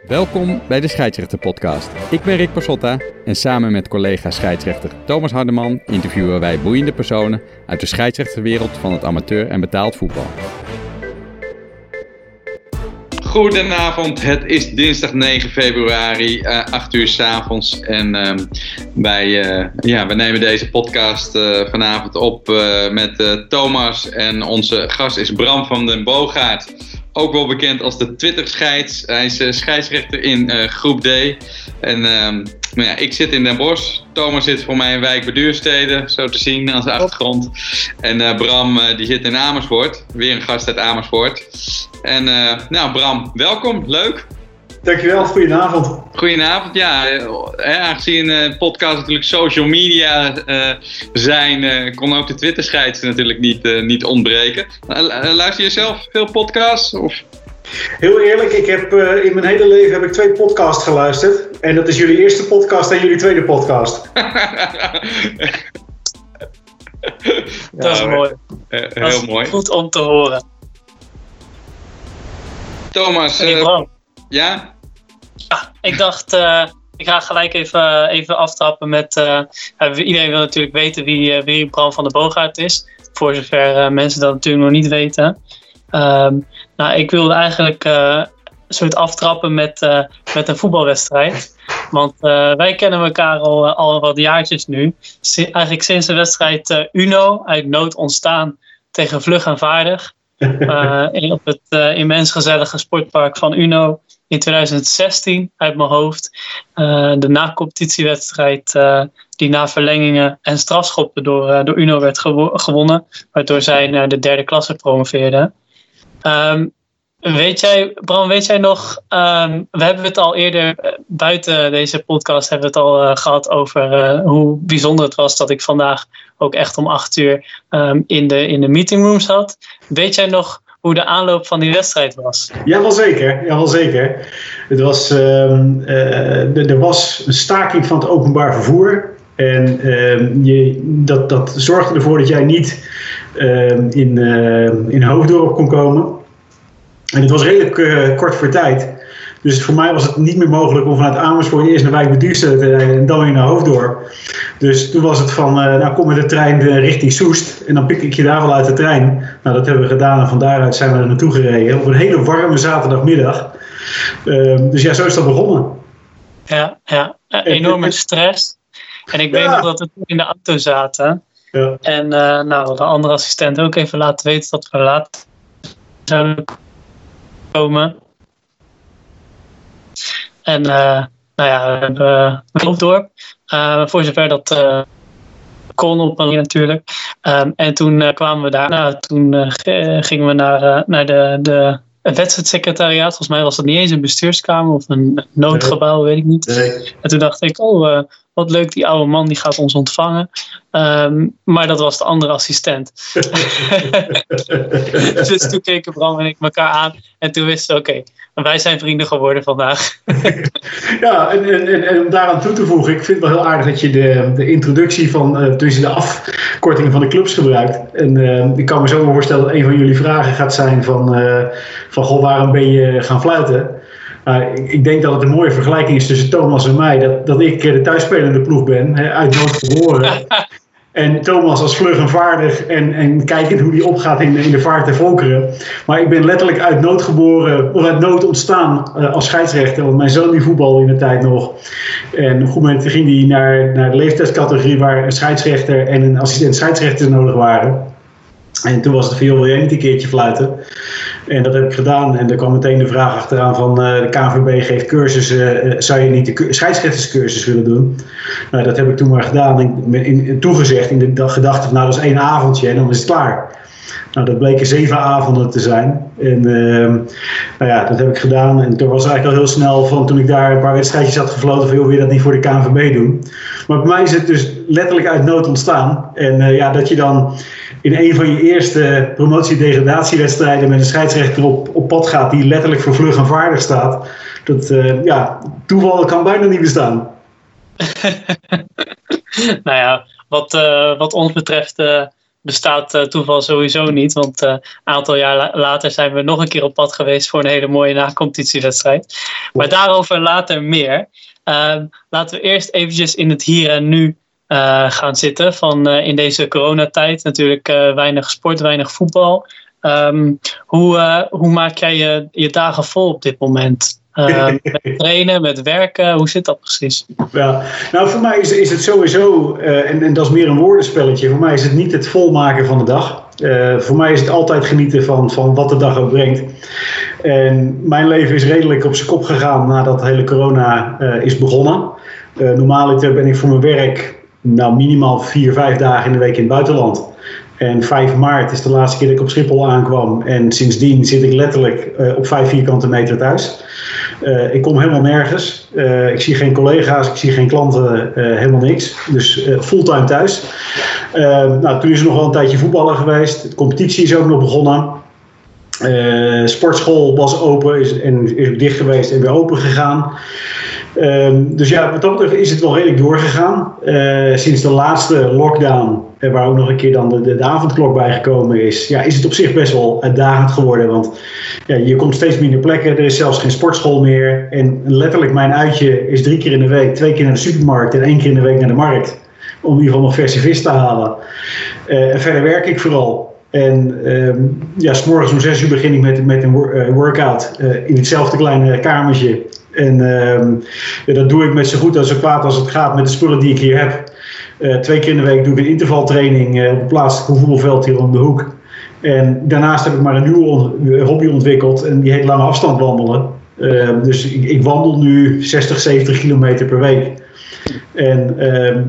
Welkom bij de Scheidsrechter-podcast. Ik ben Rick Pasotta en samen met collega scheidsrechter Thomas Hardeman interviewen wij boeiende personen uit de scheidsrechterwereld van het amateur en betaald voetbal. Goedenavond, het is dinsdag 9 februari, 8 uur 's avonds en we nemen deze podcast vanavond op met Thomas en onze gast is Bram van den Boogaard. Ook wel bekend als de Twitter-scheids. Hij is scheidsrechter in groep D. En ik zit in Den Bosch. Thomas zit voor mij in Wijk bij Duurstede, zo te zien aan zijn achtergrond. En Bram die zit in Amersfoort. Weer een gast uit Amersfoort. En Bram, welkom. Leuk. Dankjewel, goedenavond. Goedenavond, ja. Aangezien podcast natuurlijk social media zijn, kon ook de Twitter-scheids natuurlijk niet ontbreken. Luister je zelf veel podcasts? Of? Heel eerlijk, ik heb in mijn hele leven 2 podcasts geluisterd. En dat is jullie eerste podcast en jullie tweede podcast. Dat is mooi. Heel dat is mooi. Goed om te horen. Thomas, ja? Ja, ik dacht, ik ga gelijk even aftrappen met... iedereen wil natuurlijk weten wie Bram van den Boogaard is. Voor zover mensen dat natuurlijk nog niet weten. Ik wilde eigenlijk een soort aftrappen met een voetbalwedstrijd. Want wij kennen elkaar al wat jaartjes nu. Eigenlijk sinds de wedstrijd Uno uit nood ontstaan tegen Vlug en Vaardig. Op het immens gezellige sportpark van Uno in 2016 uit mijn hoofd. De na-competitiewedstrijd die na verlengingen en strafschoppen door Uno werd gewonnen. Waardoor zij naar de 3e klasse promoveerden. Bram, weet jij nog, we hebben het al eerder, buiten deze podcast hebben we het al gehad over hoe bijzonder het was dat ik vandaag ook echt om 8 uur in de meetingroom zat. Weet jij nog hoe de aanloop van die wedstrijd was? Jawel zeker. Het was, er was een staking van het openbaar vervoer. En dat zorgde ervoor dat jij niet in Hoofddorp kon komen. En het was redelijk kort voor tijd. Dus voor mij was het niet meer mogelijk om vanuit Amersfoort eerst naar Wijk bij Duurstede te rijden en dan weer naar Hoofddorp. Dus toen was het van, kom met de trein richting Soest en dan pik ik je daar wel uit de trein. Nou, dat hebben we gedaan en van daaruit zijn we er naartoe gereden op een hele warme zaterdagmiddag. Dus ja, zo is dat begonnen. Ja, enorme stress. En ik weet nog dat we toen in de auto zaten. Ja. En de andere assistent ook even laten weten dat we laat zouden komen. En we hebben Hoofddorp. Voor zover dat kon op een natuurlijk. En toen kwamen we daar. Toen gingen we naar de wedstrijdsecretariaat. Volgens mij was dat niet eens een bestuurskamer of een noodgebouw, weet ik niet. Nee. En toen dacht ik, wat leuk, die oude man die gaat ons ontvangen. Maar dat was de andere assistent. Dus toen keken Bram en ik elkaar aan. En toen wisten we, oké, wij zijn vrienden geworden vandaag. Ja, en om daaraan toe te voegen, ik vind het wel heel aardig dat je de introductie van tussen de afkortingen van de clubs gebruikt. En ik kan me zo voorstellen dat een van jullie vragen gaat zijn van goh, waarom ben je gaan fluiten? Ik denk dat het een mooie vergelijking is tussen Thomas en mij. Dat ik de thuisspelende ploeg ben, uit nood geboren. En Thomas als vlug en vaardig en kijkend hoe die opgaat in de vaart der volkeren. Maar ik ben letterlijk uit nood geboren, of uit nood ontstaan als scheidsrechter. Want mijn zoon die voetbalde in de tijd nog. En op een goed moment ging hij naar de leeftijdscategorie waar een scheidsrechter en een assistent scheidsrechter nodig waren. En toen was het van, wil jij niet een keertje fluiten? En dat heb ik gedaan. En er kwam meteen de vraag achteraan van de KNVB geeft cursussen. Zou je niet de scheidsrechterscursus willen doen? Nou, dat heb ik toen maar gedaan. En toegezegd in de gedachte van, dat is 1 avondje en dan is het klaar. Nou, dat bleken 7 avonden te zijn. En dat heb ik gedaan. En toen was het eigenlijk al heel snel van, toen ik daar een paar wedstrijdjes had gefloten, van, wil je dat niet voor de KNVB doen? Maar bij mij is het dus letterlijk uit nood ontstaan. En dat je dan in een van je eerste promotie-degradatiewedstrijden met een scheidsrechter op pad gaat die letterlijk voor vlug en vaardig staat. Toeval kan bijna niet bestaan. Wat ons betreft bestaat toeval sowieso niet. Want een aantal jaar later zijn we nog een keer op pad geweest voor een hele mooie na-competitiewedstrijd. Maar daarover later meer. Laten we eerst eventjes in het hier en nu gaan zitten. Van in deze coronatijd natuurlijk weinig sport, weinig voetbal. Hoe maak jij je dagen vol op dit moment? Met trainen, met werken, hoe zit dat precies? Ja, nou voor mij is het sowieso, en dat is meer een woordenspelletje, voor mij is het niet het volmaken van de dag. Voor mij is het altijd genieten van wat de dag ook brengt. En mijn leven is redelijk op zijn kop gegaan nadat de hele corona is begonnen. Normaaliter ben ik voor mijn werk minimaal 4-5 dagen in de week in het buitenland. En 5 maart is de laatste keer dat ik op Schiphol aankwam. En sindsdien zit ik letterlijk op 5 vierkante meter thuis. Ik kom helemaal nergens. Ik zie geen collega's, ik zie geen klanten, helemaal niks. Dus fulltime thuis. Toen is er nog wel een tijdje voetballen geweest. De competitie is ook nog begonnen. Sportschool was open is dicht geweest en weer open gegaan. Dus ja, wat dat betreft is het wel redelijk doorgegaan. Sinds de laatste lockdown, waar ook nog een keer dan de avondklok bijgekomen is, is het op zich best wel uitdagend geworden. Want je komt steeds minder plekken, er is zelfs geen sportschool meer. En letterlijk mijn uitje is 3 keer in de week, 2 keer naar de supermarkt en 1 keer in de week naar de markt. Om in ieder geval nog verse vis te halen. En verder werk ik vooral. En 's morgens om 6 uur begin ik met een workout in hetzelfde kleine kamertje. En dat doe ik met zo goed en zo kwaad als het gaat met de spullen die ik hier heb. 2 keer in de week doe ik een intervaltraining op het plaatselijke voetbalveld hier om de hoek. En daarnaast heb ik maar een nieuwe hobby ontwikkeld en die heet lange afstand wandelen. Dus ik wandel nu 60, 70 kilometer per week. En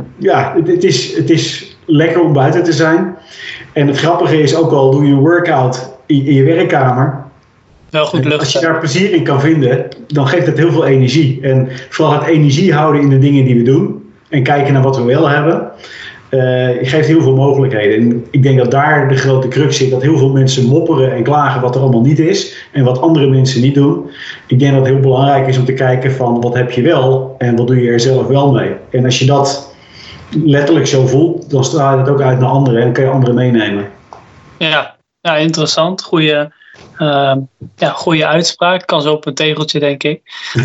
het is lekker om buiten te zijn. En het grappige is, ook al doe je een workout in je werkkamer, wel goed lucht. Als je daar plezier in kan vinden, dan geeft het heel veel energie. En vooral het energie houden in de dingen die we doen. En kijken naar wat we wel hebben. Geeft heel veel mogelijkheden. En ik denk dat daar de grote crux zit. Dat heel veel mensen mopperen en klagen wat er allemaal niet is. En wat andere mensen niet doen. Ik denk dat het heel belangrijk is om te kijken van wat heb je wel. En wat doe je er zelf wel mee. En als je dat letterlijk zo voelt, dan straal je dat ook uit naar anderen. En dan kan je anderen meenemen. Ja, interessant. Goede uitspraak. Kan zo op een tegeltje, denk ik.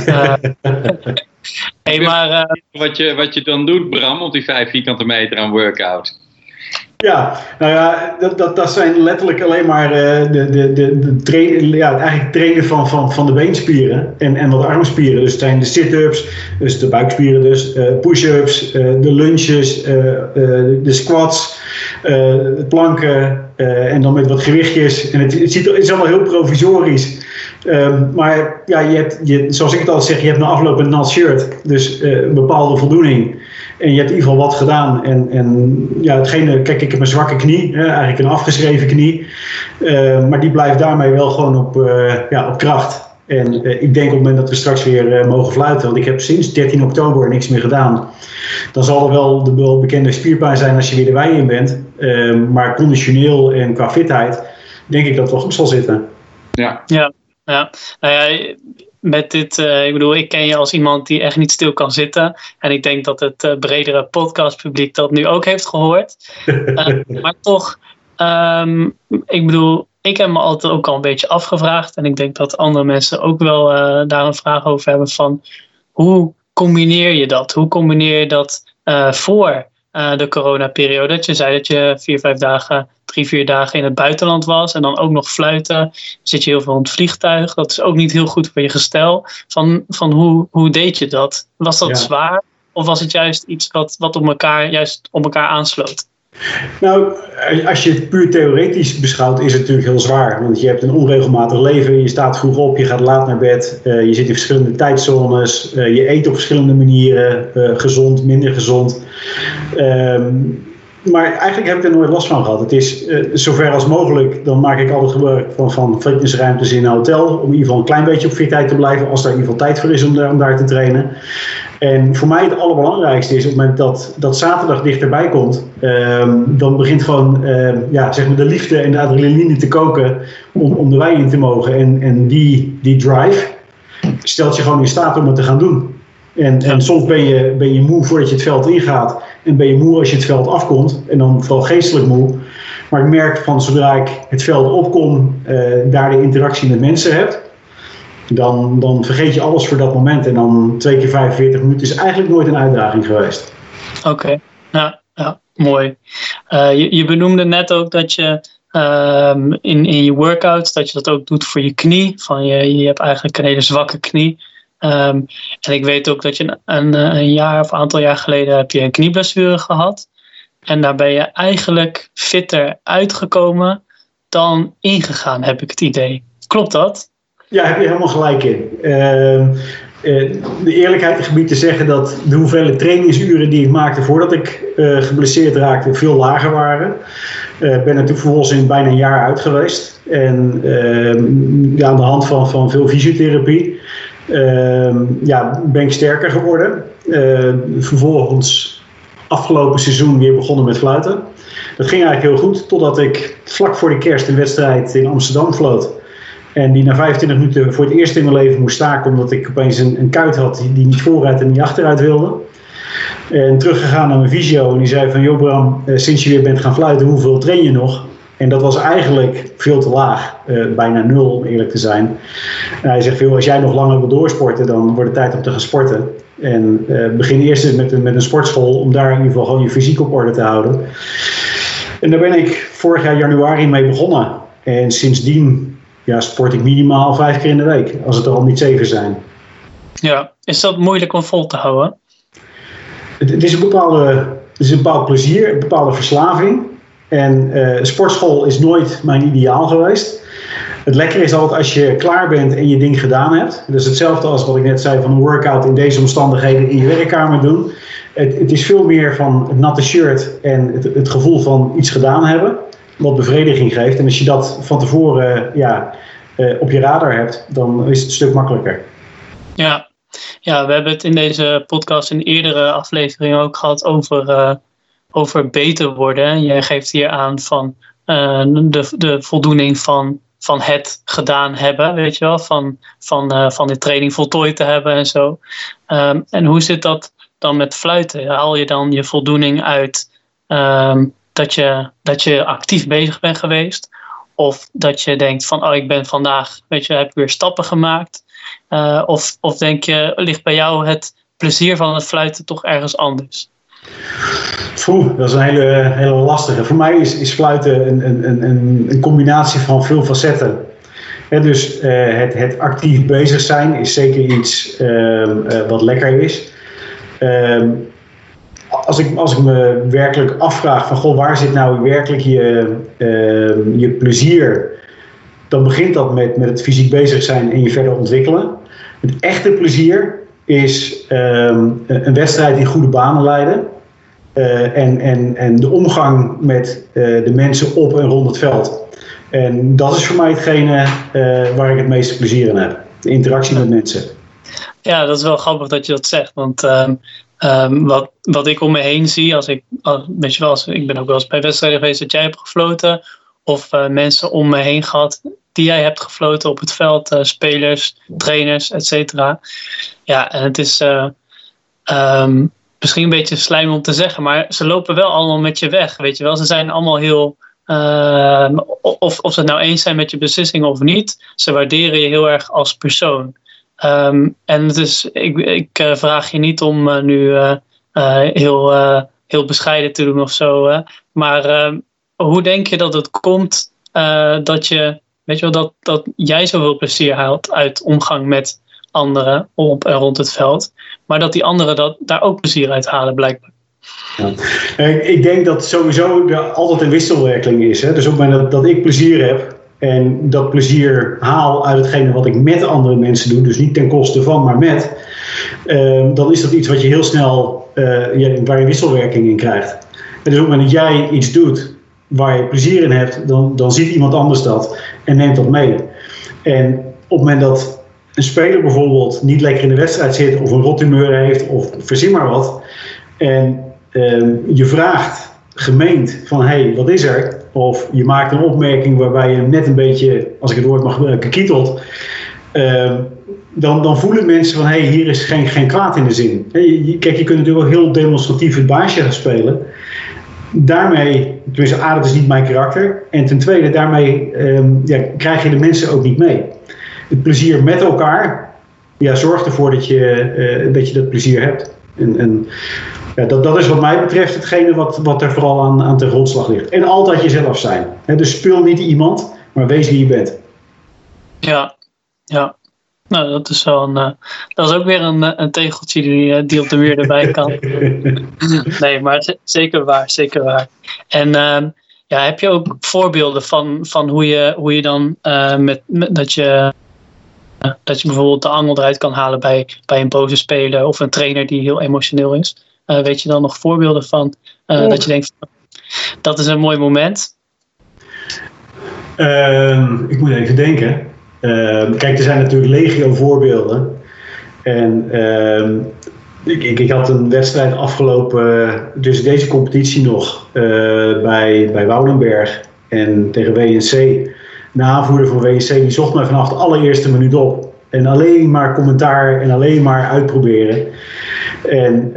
Wat je dan doet, Bram, op die 5 vierkante meter aan workout? Ja, dat zijn letterlijk alleen maar eigenlijk trainen van de beenspieren en wat armspieren. Dus het zijn de sit-ups, dus de buikspieren dus, push-ups, de lunges, de squats, de planken en dan met wat gewichtjes. En het is allemaal heel provisorisch. Maar je hebt, zoals ik het altijd zeg, je hebt na afloop een nat shirt. Dus een bepaalde voldoening. En je hebt in ieder geval wat gedaan. Kijk, ik heb een zwakke knie, eigenlijk een afgeschreven knie. Maar die blijft daarmee wel gewoon op kracht. En ik denk op het moment dat we straks weer mogen fluiten, want ik heb sinds 13 oktober niks meer gedaan. Dan zal er wel de welbekende spierpijn zijn als je weer de wei in bent. Maar conditioneel en qua fitheid denk ik dat het wel goed zal zitten. Ja. Nou ja, met dit, ik ken je als iemand die echt niet stil kan zitten. En ik denk dat het bredere podcastpubliek dat nu ook heeft gehoord. Maar toch, ik heb me altijd ook al een beetje afgevraagd. En ik denk dat andere mensen ook wel daar een vraag over hebben van hoe combineer je dat? Hoe combineer je dat voor de coronaperiode? Dat je zei dat je 3-4 dagen in het buitenland was en dan ook nog fluiten. Zit je heel veel in het vliegtuig. Dat is ook niet heel goed voor je gestel. Van hoe deed je dat? Was dat zwaar? Of was het juist iets wat op elkaar aansloot? Nou, als je het puur theoretisch beschouwt, is het natuurlijk heel zwaar. Want je hebt een onregelmatig leven, je staat vroeg op, je gaat laat naar bed, je zit in verschillende tijdzones, je eet op verschillende manieren, gezond, minder gezond. Maar eigenlijk heb ik er nooit last van gehad. Het is zover als mogelijk, dan maak ik altijd gebruik van fitnessruimtes in een hotel, om in ieder geval een klein beetje op fitheid te blijven, als daar in ieder geval tijd voor is om daar te trainen. En voor mij het allerbelangrijkste is op het moment dat zaterdag dichterbij komt, dan begint gewoon de liefde en de adrenaline te koken om de wei in te mogen. En die drive stelt je gewoon in staat om het te gaan doen. En soms ben je moe voordat je het veld ingaat en ben je moe als je het veld afkomt en dan vooral geestelijk moe. Maar ik merk van zodra ik het veld opkom, daar de interactie met mensen heb, dan vergeet je alles voor dat moment. En dan 2 keer 45 minuten is eigenlijk nooit een uitdaging geweest. Oké, ja, mooi. Je benoemde net ook dat je in je workouts, dat je dat ook doet voor je knie. Van je hebt eigenlijk een hele zwakke knie. En ik weet ook dat je een jaar of een aantal jaar geleden heb je een knieblessure gehad. En daar ben je eigenlijk fitter uitgekomen dan ingegaan, heb ik het idee. Klopt dat? Ja, heb je helemaal gelijk in. De eerlijkheid gebied te zeggen dat de hoeveelheid trainingsuren die ik maakte voordat ik geblesseerd raakte veel lager waren. Ik ben natuurlijk vervolgens in bijna een jaar uit geweest. En aan de hand van veel fysiotherapie ben ik sterker geworden. Vervolgens afgelopen seizoen weer begonnen met fluiten. Dat ging eigenlijk heel goed, totdat ik vlak voor de kerst een wedstrijd in Amsterdam floot. En die na 25 minuten voor het eerst in mijn leven moest staken, omdat ik opeens een kuit had die niet vooruit en niet achteruit wilde. En teruggegaan naar mijn fysio en die zei van, joh Bram, sinds je weer bent gaan fluiten, hoeveel train je nog? En dat was eigenlijk veel te laag, bijna 0 om eerlijk te zijn. En hij zegt, als jij nog langer wil doorsporten, dan wordt het tijd om te gaan sporten. En begin eerst eens met een sportschool om daar in ieder geval gewoon je fysiek op orde te houden. En daar ben ik vorig jaar januari mee begonnen. En sindsdien sport ik minimaal 5 keer in de week, als het er al niet 7 zijn. Ja, is dat moeilijk om vol te houden? Het is een bepaald plezier, een bepaalde verslaving. En sportschool is nooit mijn ideaal geweest. Het lekkere is altijd als je klaar bent en je ding gedaan hebt. Dat is hetzelfde als wat ik net zei van een workout in deze omstandigheden in je werkkamer doen. Het is veel meer van het natte shirt en het gevoel van iets gedaan hebben. Wat bevrediging geeft. En als je dat van tevoren op je radar hebt, dan is het een stuk makkelijker. Ja, we hebben het in deze podcast in eerdere afleveringen ook gehad over beter worden. Jij geeft hier aan van de voldoening van het gedaan hebben, weet je wel, van de training voltooid te hebben en zo. En hoe zit dat dan met fluiten? Haal je dan je voldoening uit dat je actief bezig bent geweest? Of dat je denkt van, ik ben vandaag, weet je, heb weer stappen gemaakt? Of denk je, ligt bij jou het plezier van het fluiten toch ergens anders? Dat is een hele lastige. Voor mij is fluiten een combinatie van veel facetten. Dus het actief bezig zijn is zeker iets wat lekker is. Als ik me werkelijk afvraag van waar zit nou werkelijk je plezier, dan begint dat met het fysiek bezig zijn en je verder ontwikkelen. Het echte plezier is een wedstrijd in goede banen leiden. En de omgang met de mensen op en rond het veld. En dat is voor mij hetgene waar ik het meeste plezier in heb. De interactie met mensen. Ja, dat is wel grappig dat je dat zegt. Want wat ik om me heen zie, ik ben ook wel eens bij wedstrijden geweest dat jij hebt gefloten. Of mensen om me heen gehad die jij hebt gefloten op het veld. Spelers, trainers, et cetera. Ja, en het is misschien een beetje slijm om te zeggen, maar ze lopen wel allemaal met je weg, weet je wel. Ze zijn allemaal heel, of ze het nou eens zijn met je beslissingen of niet, ze waarderen je heel erg als persoon. En dus ik vraag je niet om nu heel bescheiden te doen of zo. Maar hoe denk je dat het komt dat je, weet je wel, dat jij zoveel plezier haalt uit omgang met anderen op en rond het veld, maar dat die anderen daar ook plezier uit halen blijkbaar? Ja. Ik denk dat sowieso er altijd een wisselwerking is. Hè? Dus op het moment dat ik plezier heb en dat plezier haal uit hetgene wat ik met andere mensen doe, dus niet ten koste van, maar met, dan is dat iets wat je heel snel, waar je wisselwerking in krijgt. En dus op het moment dat jij iets doet waar je plezier in hebt, dan ziet iemand anders dat en neemt dat mee. En op het moment dat een speler bijvoorbeeld niet lekker in de wedstrijd zit of een rothumeur heeft of verzin maar wat, en je vraagt gemeend van wat is er? Of je maakt een opmerking waarbij je net een beetje, als ik het woord mag gebruiken, kietelt. Dan voelen mensen van hier is geen kwaad in de zin. Kijk, je kunt natuurlijk wel heel demonstratief het baasje gaan spelen. daarmee, tenminste dat is niet mijn karakter. En ten tweede, daarmee krijg je de mensen ook niet mee. Het plezier met elkaar, zorgt ervoor dat je dat plezier hebt. En dat is wat mij betreft hetgene wat er vooral aan ten grondslag ligt. En altijd jezelf zijn. Dus speel niet iemand, maar wees wie je bent. Ja. Nou, dat is wel dat is ook weer een tegeltje die op de muur erbij kan. Nee, maar zeker waar. En heb je ook voorbeelden van hoe je dan dat je bijvoorbeeld de angel eruit kan halen bij een boze speler of een trainer die heel emotioneel is? Weet je dan nog voorbeelden van dat je denkt, dat is een mooi moment? Ik moet even denken. Kijk, er zijn natuurlijk legio voorbeelden. En ik had een wedstrijd afgelopen, dus deze competitie nog, bij Woudenberg en tegen WNC. De aanvoerder van WNC die zocht mij vanaf de allereerste minuut op. En alleen maar commentaar en alleen maar uitproberen. En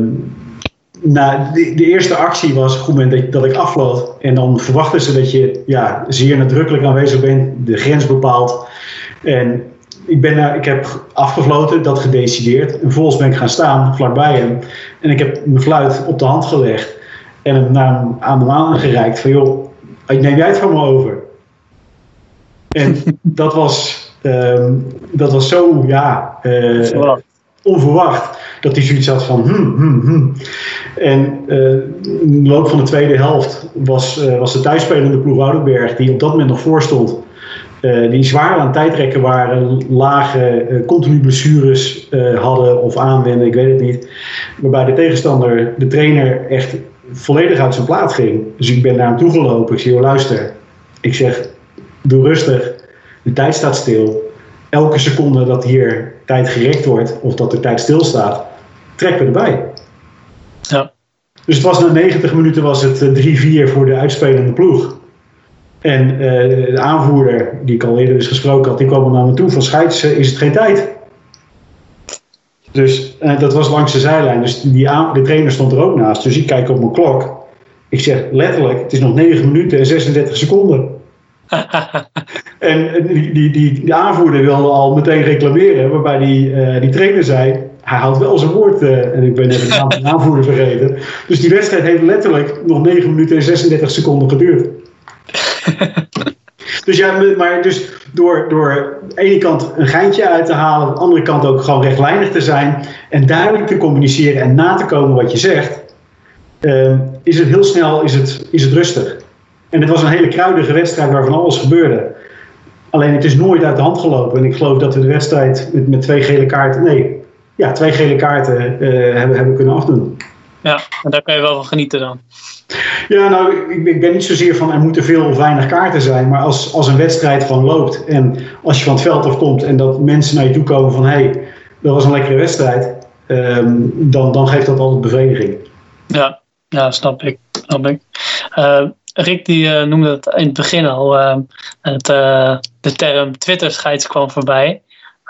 de eerste actie was op het moment dat ik afvloot. En dan verwachten ze dat je zeer nadrukkelijk aanwezig bent, de grens bepaalt. En ik heb afgefloten, dat gedecideerd. En vervolgens ben ik gaan staan vlakbij hem. En ik heb mijn fluit op de hand gelegd. En hem aan hem aangereikt van joh, neem jij het van me over? En dat was zo onverwacht. Dat hij zoiets had van En in de loop van de tweede helft was de thuisspelende ploeg Woudenberg, die op dat moment nog voor stond, die zwaar aan het tijdrekken waren, lage, continu blessures hadden of aanwenden, ik weet het niet. Waarbij de tegenstander, de trainer, echt volledig uit zijn plaat ging. Dus ik ben naar hem toegelopen. Ik zei, luister. Ik zeg, doe rustig. De tijd staat stil. Elke seconde dat hier tijd gerekt wordt of dat er tijd stilstaat, trekken we erbij. Ja. Dus het was na 90 minuten was het 3-4 voor de uitspelende ploeg. En de aanvoerder, die ik al eerder eens gesproken had, die kwam naar me toe van scheids, is het geen tijd? Dus dat was langs de zijlijn. Dus de trainer stond er ook naast. Dus ik kijk op mijn klok. Ik zeg letterlijk, het is nog 9 minuten en 36 seconden. En die aanvoerder wilde al meteen reclameren, waarbij die trainer zei, hij houdt wel zijn woord. En ik ben even de naam van de aanvoerder vergeten. Dus die wedstrijd heeft letterlijk nog 9 minuten en 36 seconden geduurd. Dus door aan de ene kant een geintje uit te halen, aan de andere kant ook gewoon rechtlijnig te zijn en duidelijk te communiceren en na te komen wat je zegt, is het heel snel is het rustig. En het was een hele kruidige wedstrijd waarvan alles gebeurde. Alleen het is nooit uit de hand gelopen. En ik geloof dat we de wedstrijd met 2 gele kaarten, 2 gele kaarten hebben kunnen afdoen. Ja, en daar kan je wel van genieten dan. Ja, nou, ik ben niet zozeer van er moeten veel of weinig kaarten zijn. Maar als een wedstrijd gewoon loopt en als je van het veld afkomt en dat mensen naar je toe komen van hey, dat was een lekkere wedstrijd. Dan geeft dat altijd bevrediging. Ja, snap ik. Rick die noemde het in het begin al, de term Twitter-scheids kwam voorbij.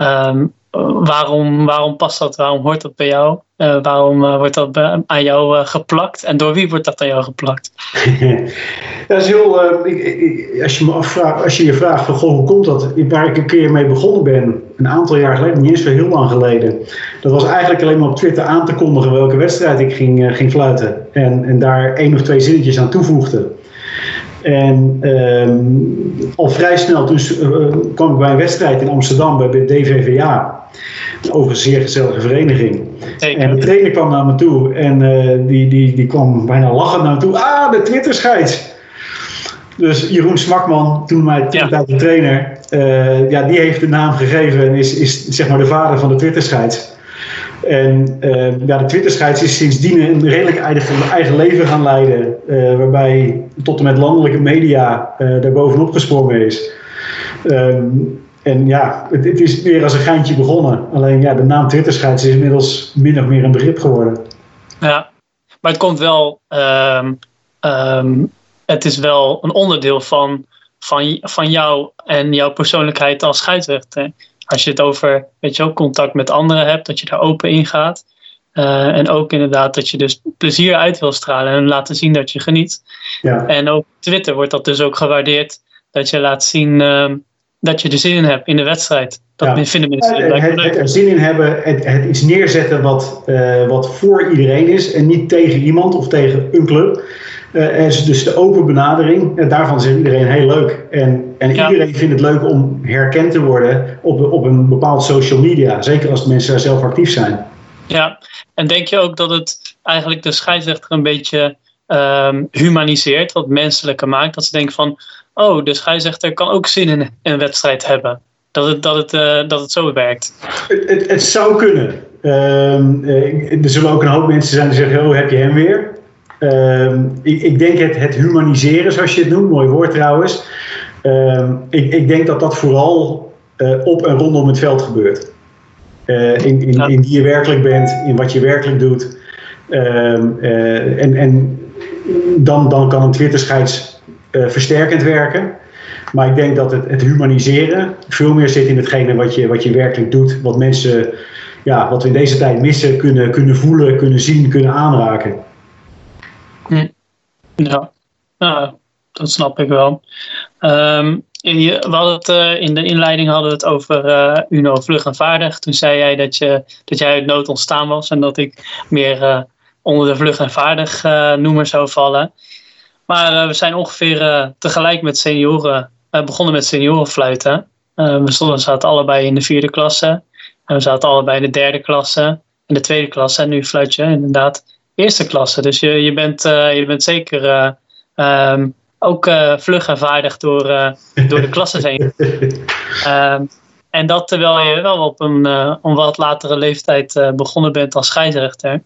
Waarom past dat? Waarom hoort dat bij jou? Waarom wordt dat aan jou geplakt? En door wie wordt dat aan jou geplakt? Dat is heel. Als je je vraagt van goh, hoe komt dat? Waar ik een keer mee begonnen ben, een aantal jaar geleden, niet eens zo heel lang geleden. Dat was eigenlijk alleen maar op Twitter aan te kondigen welke wedstrijd ik ging fluiten. En daar 1 of 2 zinnetjes aan toevoegde. En al vrij snel toen kwam ik bij een wedstrijd in Amsterdam bij de DVVA. Over een zeer gezellige vereniging. Zeker. En de trainer kwam naar me toe en die kwam bijna lachend naar me toe. Ah, de Twitter-scheids. Dus Jeroen Smakman, toen de trainer, die heeft de naam gegeven en is zeg maar de vader van de Twitter-scheids. En de Twitter-scheids is sindsdien een redelijk eigen leven gaan leiden. Waarbij tot en met landelijke media daar bovenop gesprongen is. En het is weer als een geintje begonnen. Alleen de naam Twitter-scheids is inmiddels min of meer een begrip geworden. Ja, maar het komt wel... het is wel een onderdeel van jou en jouw persoonlijkheid als scheidsrechter. Als je het over contact met anderen hebt, dat je daar open in gaat. En ook inderdaad dat je dus plezier uit wil stralen en laten zien dat je geniet. Ja. En ook op Twitter wordt dat dus ook gewaardeerd. Dat je laat zien dat je er zin in hebt in de wedstrijd. Dat vinden mensen het er zin in hebben, het iets neerzetten wat voor iedereen is. En niet tegen iemand of tegen een club. Dus de open benadering, daarvan zegt iedereen heel leuk. En iedereen vindt het leuk om herkend te worden op een bepaald social media. Zeker als mensen daar zelf actief zijn. Ja, en denk je ook dat het eigenlijk de scheidsrechter een beetje humaniseert, wat menselijker maakt? Dat ze denken van, de scheidsrechter kan ook zin in een wedstrijd hebben. Dat het zo werkt. Het zou kunnen. Er zullen ook een hoop mensen zijn die zeggen, heb je hem weer? Ik denk het humaniseren, zoals je het noemt, mooi woord trouwens. Ik denk dat vooral op en rondom het veld gebeurt. In wie je werkelijk bent, in wat je werkelijk doet. En dan kan een Twitter-scheids versterkend werken. Maar ik denk dat het humaniseren veel meer zit in hetgene wat je werkelijk doet. Wat mensen, wat we in deze tijd missen, kunnen voelen, kunnen zien, kunnen aanraken. Ja, dat snap ik wel. We hadden het, in de inleiding hadden we het over Uno Vlug en Vaardig. Toen zei jij dat jij uit nood ontstaan was en dat ik meer onder de Vlug en Vaardig noemer zou vallen. Maar we zijn ongeveer tegelijk met senioren begonnen met seniorenfluiten. We zaten allebei in de 4e klasse. En we zaten allebei in de 3e klasse. In de 2e klasse. En nu fluit je inderdaad eerste klasse. Dus je bent zeker ook vlug en vaardig door de klassen heen. En dat terwijl je wel op een wat latere leeftijd begonnen bent als scheidsrechter.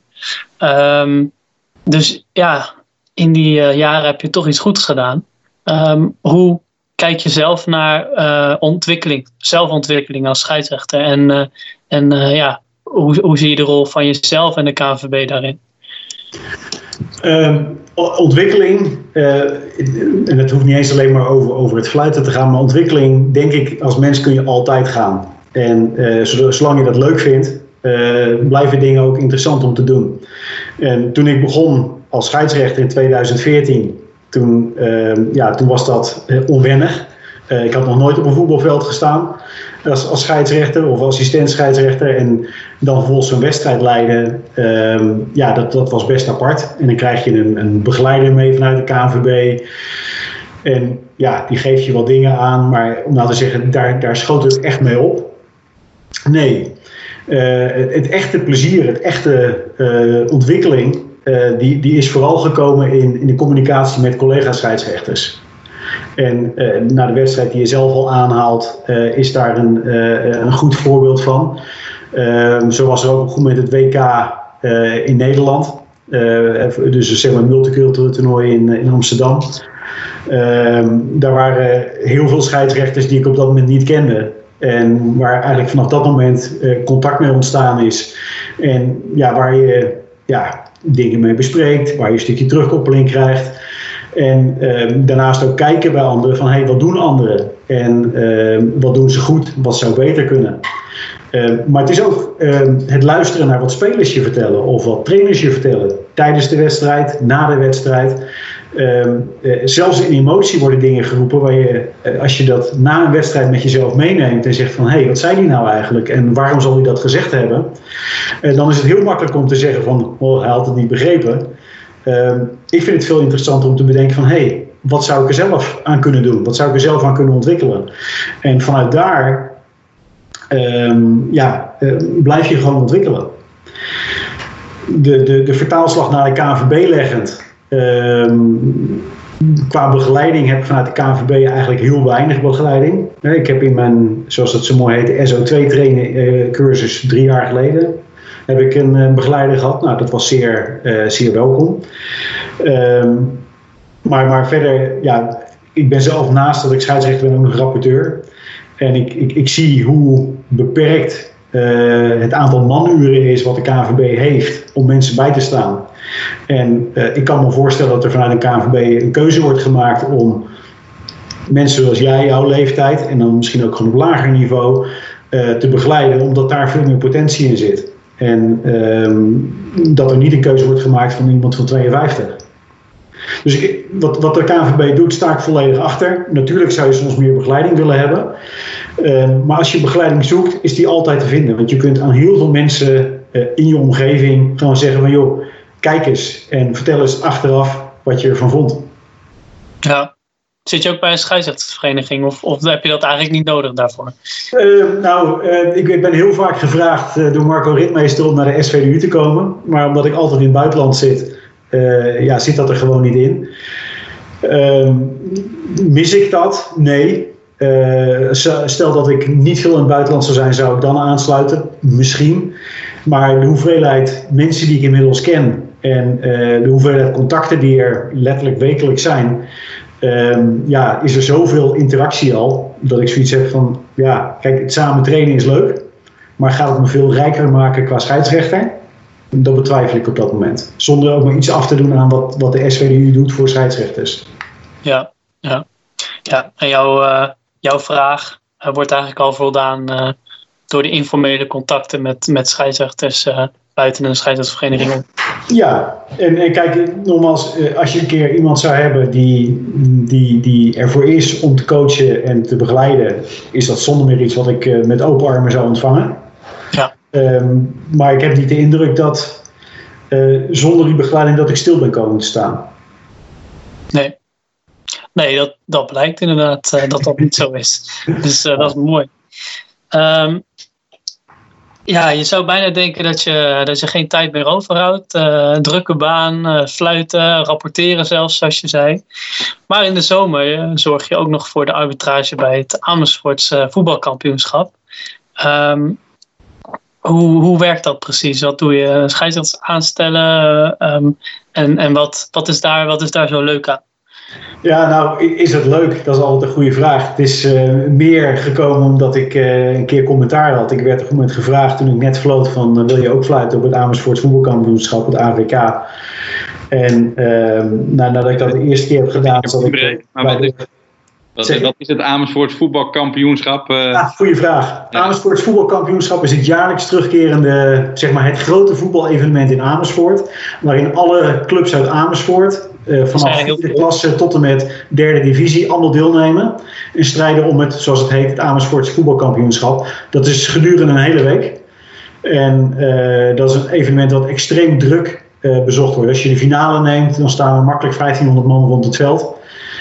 Dus ja, in die jaren heb je toch iets goeds gedaan. Hoe kijk je zelf naar zelfontwikkeling als scheidsrechter? En hoe zie je de rol van jezelf en de KNVB daarin? Ontwikkeling, en het hoeft niet eens alleen maar over het fluiten te gaan, maar ontwikkeling, denk ik, als mens kun je altijd gaan. En zolang je dat leuk vindt, blijven dingen ook interessant om te doen. En toen ik begon als scheidsrechter in 2014, toen was dat onwennig. Ik had nog nooit op een voetbalveld gestaan als scheidsrechter of assistent scheidsrechter. En dan vervolgens zo'n wedstrijd leiden, dat was best apart. En dan krijg je een begeleider mee vanuit de KNVB. En ja, die geeft je wat dingen aan, maar om nou te zeggen, daar schoot het echt mee op. Nee, het echte plezier, het echte ontwikkeling, die is vooral gekomen in de communicatie met collega-scheidsrechters. En na de wedstrijd die je zelf al aanhaalt, is daar een goed voorbeeld van. Zo was er ook op een goed moment het WK in Nederland. Dus zeg maar een multicultureel toernooi in Amsterdam. Daar waren heel veel scheidsrechters die ik op dat moment niet kende. En waar eigenlijk vanaf dat moment contact mee ontstaan is. En waar je dingen mee bespreekt, waar je een stukje terugkoppeling krijgt. En daarnaast ook kijken bij anderen van wat doen anderen? En wat doen ze goed? Wat zou beter kunnen? Maar het is ook het luisteren naar wat spelers je vertellen of wat trainers je vertellen. Tijdens de wedstrijd, na de wedstrijd. Zelfs in emotie worden dingen geroepen waar je, als je dat na een wedstrijd met jezelf meeneemt en zegt van wat zei die nou eigenlijk en waarom zal hij dat gezegd hebben? Dan is het heel makkelijk om te zeggen van hij had het niet begrepen. Ik vind het veel interessanter om te bedenken van wat zou ik er zelf aan kunnen doen? Wat zou ik er zelf aan kunnen ontwikkelen? En vanuit daar blijf je gewoon ontwikkelen. De vertaalslag naar de KNVB leggend. Qua begeleiding heb ik vanuit de KNVB eigenlijk heel weinig begeleiding. Ik heb in mijn, zoals dat zo mooi heet, SO2 trainen cursus 3 jaar geleden heb ik een begeleider gehad. Nou, dat was zeer welkom. Maar verder, ik ben zelf naast dat ik scheidsrechter ben ook nog rapporteur. En ik zie hoe beperkt het aantal manuren is wat de KNVB heeft om mensen bij te staan. En ik kan me voorstellen dat er vanuit de KNVB een keuze wordt gemaakt om mensen zoals jij, jouw leeftijd, en dan misschien ook gewoon op lager niveau, te begeleiden, omdat daar veel meer potentie in zit. En dat er niet een keuze wordt gemaakt van iemand van 52. Dus wat de KNVB doet, sta ik volledig achter. Natuurlijk zou je soms meer begeleiding willen hebben. Maar als je begeleiding zoekt, is die altijd te vinden. Want je kunt aan heel veel mensen in je omgeving gewoon zeggen van joh, kijk eens en vertel eens achteraf wat je ervan vond. Ja. Zit je ook bij een scheidsrechtersvereniging of heb je dat eigenlijk niet nodig daarvoor? Ik ben heel vaak gevraagd door Marco Ritmeester om naar de SVDU te komen. Maar omdat ik altijd in het buitenland zit, zit dat er gewoon niet in. Mis ik dat? Nee. Stel dat ik niet veel in het buitenland zou zijn, zou ik dan aansluiten? Misschien. Maar de hoeveelheid mensen die ik inmiddels ken en de hoeveelheid contacten die er letterlijk wekelijks zijn, is er zoveel interactie al, dat ik zoiets heb van, kijk, het samen trainen is leuk, maar gaat het me veel rijker maken qua scheidsrechter? Dat betwijfel ik op dat moment. Zonder ook maar iets af te doen aan wat de SVDU doet voor scheidsrechters. Ja. En jouw vraag wordt eigenlijk al voldaan door de informele contacten met scheidsrechters buiten een scheidsrechtersvereniging. Ja, en kijk, nogmaals, als je een keer iemand zou hebben die ervoor is om te coachen en te begeleiden, is dat zonder meer iets wat ik met open armen zou ontvangen. Ja. Maar ik heb niet de indruk dat zonder die begeleiding dat ik stil ben komen te staan. Nee, dat blijkt inderdaad dat niet zo is. Dus dat is mooi. Je zou bijna denken dat je geen tijd meer overhoudt. Drukke baan, fluiten, rapporteren zelfs, zoals je zei. Maar in de zomer zorg je ook nog voor de arbitrage bij het Amersfoorts voetbalkampioenschap. Hoe werkt dat precies? Wat doe je? Scheidsrechters aanstellen? En wat is daar zo leuk aan? Ja, nou, is het leuk? Dat is altijd een goede vraag. Het is meer gekomen omdat ik een keer commentaar had. Ik werd op een moment gevraagd toen ik net floot van wil je ook fluiten op het Amersfoorts voetbalkampioenschap, het AVK. En nadat ik dat de eerste keer heb gedaan, zat ik... Wat is het Amersfoorts voetbalkampioenschap? Goeie vraag. Ja. Amersfoorts voetbalkampioenschap is het jaarlijks terugkerende, zeg maar het grote voetbalevenement in Amersfoort. Waarin alle clubs uit Amersfoort, vanaf de klasse tot en met derde divisie, allemaal deelnemen. En strijden om het, zoals het heet, het Amersfoorts voetbalkampioenschap. Dat is gedurende een hele week. En dat is een evenement dat extreem druk bezocht wordt. Als je de finale neemt, dan staan er makkelijk 1500 man rond het veld.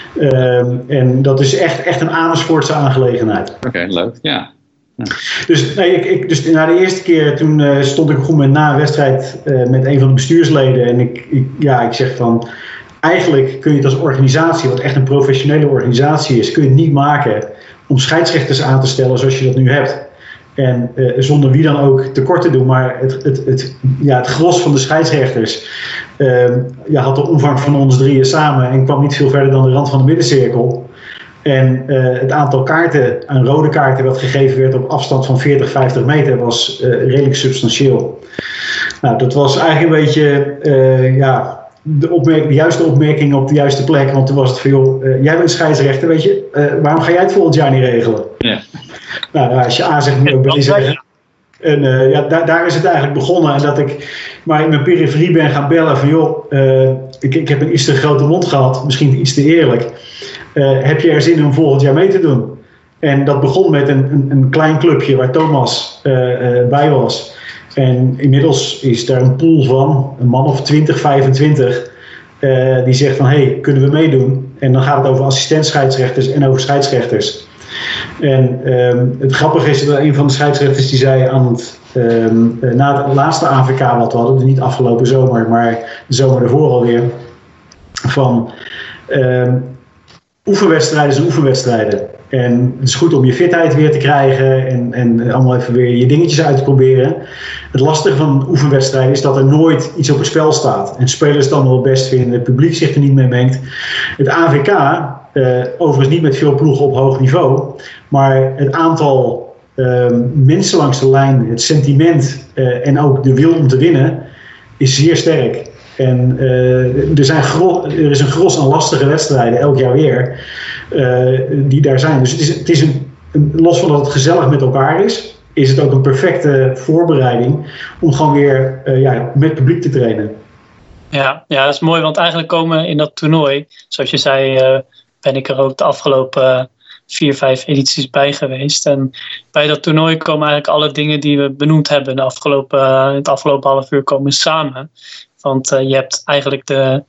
En dat is echt een Amersfoortse aangelegenheid. Oké, leuk. Ja. Dus na de eerste keer toen stond ik op een goed moment na een wedstrijd met een van de bestuursleden. En ik zeg van, eigenlijk kun je het als organisatie, wat echt een professionele organisatie is, kun je het niet maken om scheidsrechters aan te stellen zoals je dat nu hebt. En zonder wie dan ook tekort te doen, maar het gros van de scheidsrechters had de omvang van ons drieën samen en kwam niet veel verder dan de rand van de middencirkel. En het aantal kaarten, aan rode kaarten dat gegeven werd op afstand van 40, 50 meter was redelijk substantieel. Nou, dat was eigenlijk een beetje de juiste opmerking op de juiste plek, want toen was het van joh, jij bent scheidsrechter, weet je, waarom ga jij het volgend jaar niet regelen? Ja. Nou, als je A zegt, moet je ook B zeggen. En daar is het eigenlijk begonnen. En dat ik maar in mijn periferie ben gaan bellen van joh, ik heb een iets te grote mond gehad, misschien iets te eerlijk. Heb je er zin in om volgend jaar mee te doen? En dat begon met een klein clubje waar Thomas bij was. En inmiddels is daar een pool van, een man of 20, 25, die zegt van hey, kunnen we meedoen? En dan gaat het over assistent-scheidsrechters en over scheidsrechters. En het grappige is dat een van de scheidsrechters die zei na het laatste AVK wat we hadden, dus niet afgelopen zomer, maar de zomer ervoor alweer, van oefenwedstrijden zijn oefenwedstrijden. En het is goed om je fitheid weer te krijgen en allemaal even weer je dingetjes uit te proberen. Het lastige van oefenwedstrijden is dat er nooit iets op het spel staat. En spelers het dan wel best vinden, het publiek zich er niet mee mengt. Het AVK, overigens niet met veel ploegen op hoog niveau, maar het aantal mensen langs de lijn, het sentiment en ook de wil om te winnen is zeer sterk. En er is een gros aan lastige wedstrijden elk jaar weer die daar zijn. Dus het is los van dat het gezellig met elkaar is, is het ook een perfecte voorbereiding om gewoon weer met publiek te trainen. Ja, dat is mooi, want eigenlijk komen in dat toernooi, zoals je zei, ben ik er ook de afgelopen 4-5 edities bij geweest. En bij dat toernooi komen eigenlijk alle dingen die we benoemd hebben in het afgelopen half uur komen samen. Want je hebt eigenlijk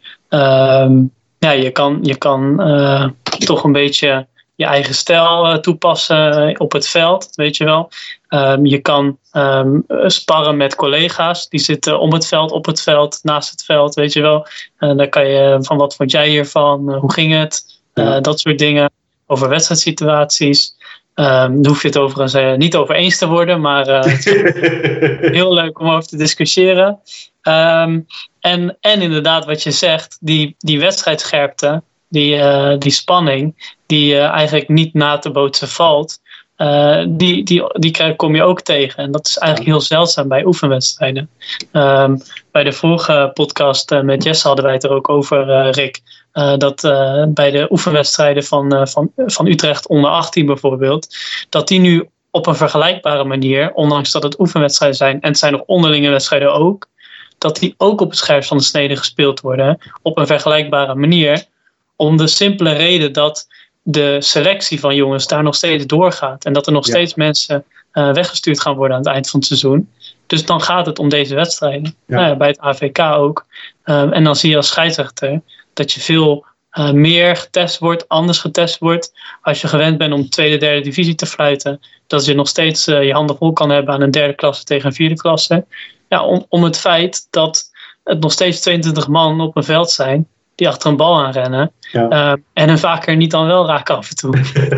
je kan toch een beetje je eigen stijl toepassen op het veld, weet je wel. Je kan sparren met collega's, die zitten om het veld, op het veld, naast het veld, weet je wel. Dan kan je van wat vond jij hiervan, hoe ging het, dat soort dingen. Over wedstrijdsituaties. Daar hoef je het overigens niet over eens te worden, maar het is heel leuk om over te discussiëren. En inderdaad wat je zegt, die wedstrijdscherpte, die spanning, die eigenlijk niet na te bootsen valt, die kom je ook tegen. En dat is eigenlijk heel zeldzaam bij oefenwedstrijden. Bij de vorige podcast met Jesse hadden wij het er ook over, Rick. Dat bij de oefenwedstrijden van Utrecht onder 18 bijvoorbeeld, dat die nu op een vergelijkbare manier, ondanks dat het oefenwedstrijden zijn, en het zijn nog onderlinge wedstrijden ook, dat die ook op het scherpst van de snede gespeeld worden, op een vergelijkbare manier, om de simpele reden dat de selectie van jongens daar nog steeds doorgaat en dat er nog steeds mensen weggestuurd gaan worden aan het eind van het seizoen. Dus dan gaat het om deze wedstrijden. Ja. Bij het AVK ook. En dan zie je als scheidsrechter dat je veel meer getest wordt, anders getest wordt. Als je gewend bent om tweede, derde divisie te fluiten, dat je nog steeds je handen vol kan hebben aan een derde klasse tegen een vierde klasse. Ja, om het feit dat het nog steeds 22 man op een veld zijn die achter een bal aanrennen. Ja. En hem vaker niet dan wel raken af en toe.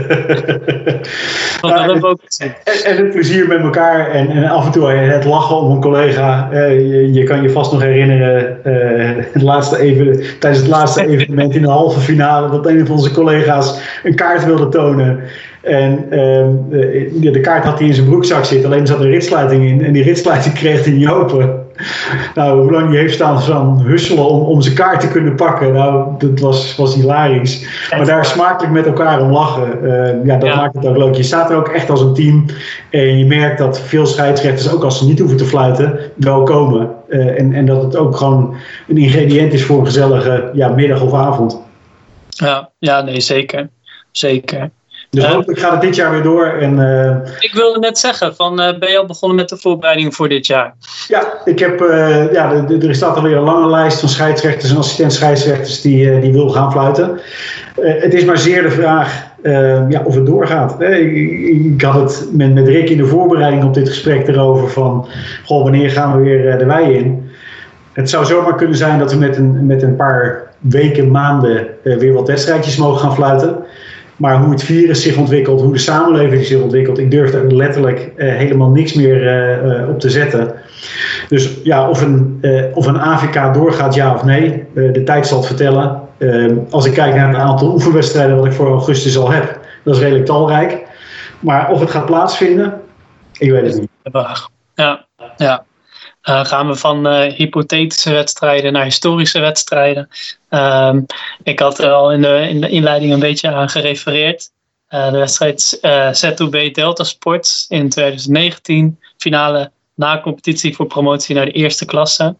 Dat hebben we ook gezien. En het plezier met elkaar en af en toe het lachen om een collega. Je kan je vast nog herinneren tijdens het laatste evenement in de halve finale dat een van onze collega's een kaart wilde tonen. En de kaart had hij in zijn broekzak zitten, alleen er zat een ritsluiting in en die ritsluiting kreeg hij niet open. Nou, hoe lang die heeft staan husselen om zijn kaart te kunnen pakken, nou, dat was hilarisch. Maar daar smakelijk met elkaar om lachen, dat maakt het ook leuk. Je staat er ook echt als een team en je merkt dat veel scheidsrechters, ook als ze niet hoeven te fluiten, wel komen. En dat het ook gewoon een ingrediënt is voor een gezellige middag of avond. Ja, nee, zeker. Zeker. Dus hopelijk gaat het dit jaar weer door. Ik wilde net zeggen, ben je al begonnen met de voorbereiding voor dit jaar? Ja, ik heb, er staat alweer een lange lijst van scheidsrechters en assistent-scheidsrechters die wil gaan fluiten. Het is maar zeer de vraag of het doorgaat. Ik had het met Rick in de voorbereiding op dit gesprek erover van, wanneer gaan we weer de wei in? Het zou zomaar kunnen zijn dat we met een paar weken, maanden weer wat wedstrijdjes mogen gaan fluiten. Maar hoe het virus zich ontwikkelt, hoe de samenleving zich ontwikkelt, ik durf daar letterlijk helemaal niks meer op te zetten. Dus ja, of een AVK doorgaat, ja of nee, de tijd zal het vertellen. Als ik kijk naar het aantal oefenwedstrijden wat ik voor augustus al heb, dat is redelijk talrijk. Maar of het gaat plaatsvinden, ik weet het niet. Ja. Gaan we van hypothetische wedstrijden naar historische wedstrijden. Ik had er al in de inleiding een beetje aan gerefereerd. De wedstrijd ZOB Delta Sports in 2019. Finale na competitie voor promotie naar de eerste klasse.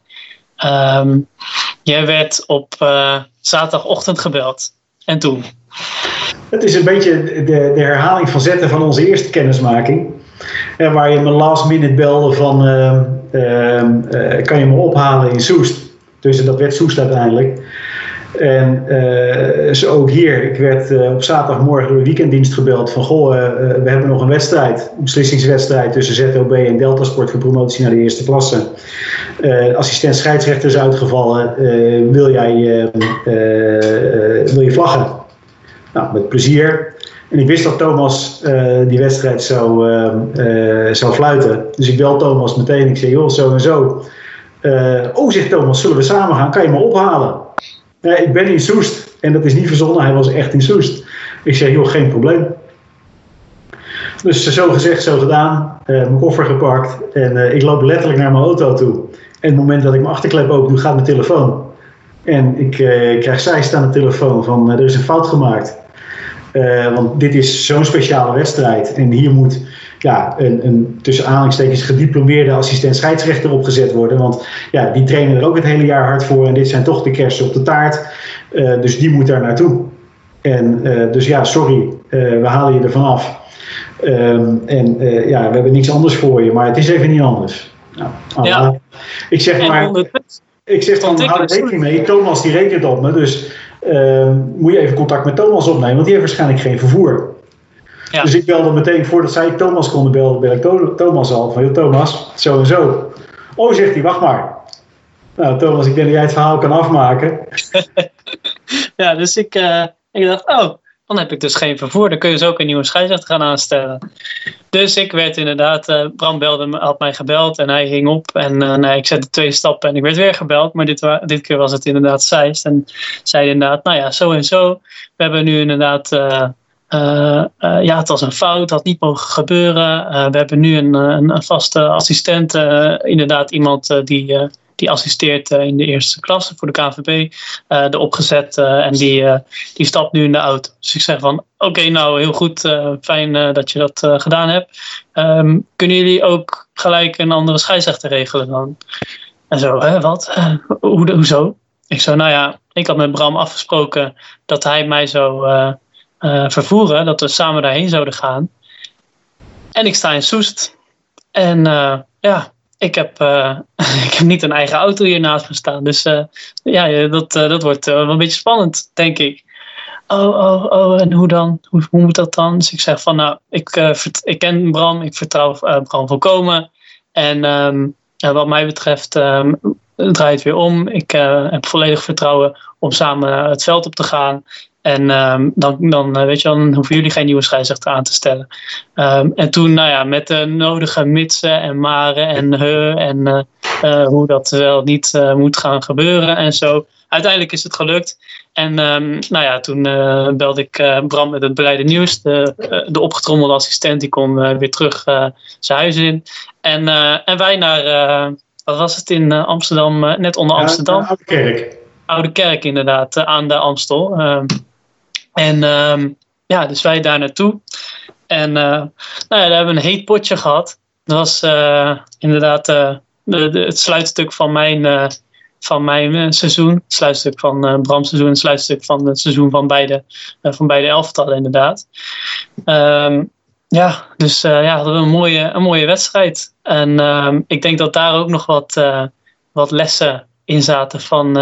Jij werd op zaterdagochtend gebeld. En toen? Het is een beetje de herhaling van zetten van onze eerste kennismaking. Waar je me last minute belde van, kan je me ophalen in Soest? Dus dat werd Soest uiteindelijk. En zo ook hier. Ik werd op zaterdagmorgen door de weekenddienst gebeld van, we hebben nog een wedstrijd, een beslissingswedstrijd tussen ZOB en Delta Sport voor promotie naar de eerste klasse. Assistent scheidsrechter is uitgevallen. Wil je vlaggen? Nou, met plezier. En ik wist dat Thomas die wedstrijd zou fluiten. Dus ik bel Thomas meteen. Ik zei, joh, zo en zo. Zegt Thomas, zullen we samen gaan? Kan je me ophalen? Ik ben in Soest. En dat is niet verzonnen, hij was echt in Soest. Ik zei, joh, geen probleem. Dus zo gezegd, zo gedaan. Mijn koffer gepakt. En ik loop letterlijk naar mijn auto toe. En het moment dat ik mijn achterklep open doe, gaat mijn telefoon. En ik krijg zijst aan de telefoon van, er is een fout gemaakt. Want dit is zo'n speciale wedstrijd. En hier moet een tussen aanhalingstekens gediplomeerde assistent scheidsrechter opgezet worden. Want ja, die trainen er ook het hele jaar hard voor en dit zijn toch de kersen op de taart. Dus die moet daar naartoe. En dus ja, sorry, we halen je er vanaf. We hebben niks anders voor je, maar het is even niet anders. Nou, ik zeg maar, hou er rekening mee. Thomas die rekent op me, dus moet je even contact met Thomas opnemen, want die heeft waarschijnlijk geen vervoer. Ja. Dus ik belde meteen, voordat zij Thomas konden bellen, bel ik Thomas al. Van, Thomas, zo en zo. Oh, zegt hij, wacht maar. Nou, Thomas, ik denk dat jij het verhaal kan afmaken. Ja, dus ik dacht, dan heb ik dus geen vervoer. Dan kun je dus ook een nieuwe scheidsrechter gaan aanstellen. Dus ik werd inderdaad, Bram had mij gebeld en hij hing op. En ik zette 2 stappen en ik werd weer gebeld. Maar dit keer was het inderdaad Zeist. En zei inderdaad, nou ja, zo en zo. We hebben nu inderdaad... het was een fout, het had niet mogen gebeuren. We hebben nu een vaste assistent, inderdaad iemand die assisteert in de eerste klasse voor de KNVB, erop gezet en die stapt nu in de auto. Dus ik zeg van, oké, nou heel goed, fijn dat je dat gedaan hebt. Kunnen jullie ook gelijk een andere scheidsrechter regelen dan? En zo, wat? Hoezo? Ik zo, nou ja, ik had met Bram afgesproken dat hij mij zou... vervoeren, dat we samen daarheen zouden gaan. En ik sta in Soest. En ik heb niet een eigen auto hier naast me staan. Dus dat wordt wel een beetje spannend, denk ik. Oh, en hoe dan? Hoe moet dat dan? Dus ik zeg van, nou, ik ken Bram, ik vertrouw Bram volkomen. En wat mij betreft draait het weer om. Ik heb volledig vertrouwen om samen het veld op te gaan. En dan weet je, dan hoeven jullie geen nieuwe scheidsrechter aan te stellen. En toen, met de nodige mitsen en maren en hoe dat wel niet moet gaan gebeuren en zo. Uiteindelijk is het gelukt. En toen belde ik Bram met het blijde nieuws. De opgetrommelde assistent die kon weer terug zijn huis in. En wij naar, wat was het in Amsterdam, net onder Amsterdam? Oude Kerk. Oude Kerk inderdaad, aan de Amstel. Dus wij daar naartoe. En daar hebben we een heet potje gehad. Dat was inderdaad het sluitstuk van mijn seizoen. Het sluitstuk van Bram's seizoen. Het sluitstuk van het seizoen van beide elftallen inderdaad. Hadden we een mooie wedstrijd. En ik denk dat daar ook nog wat lessen in zaten van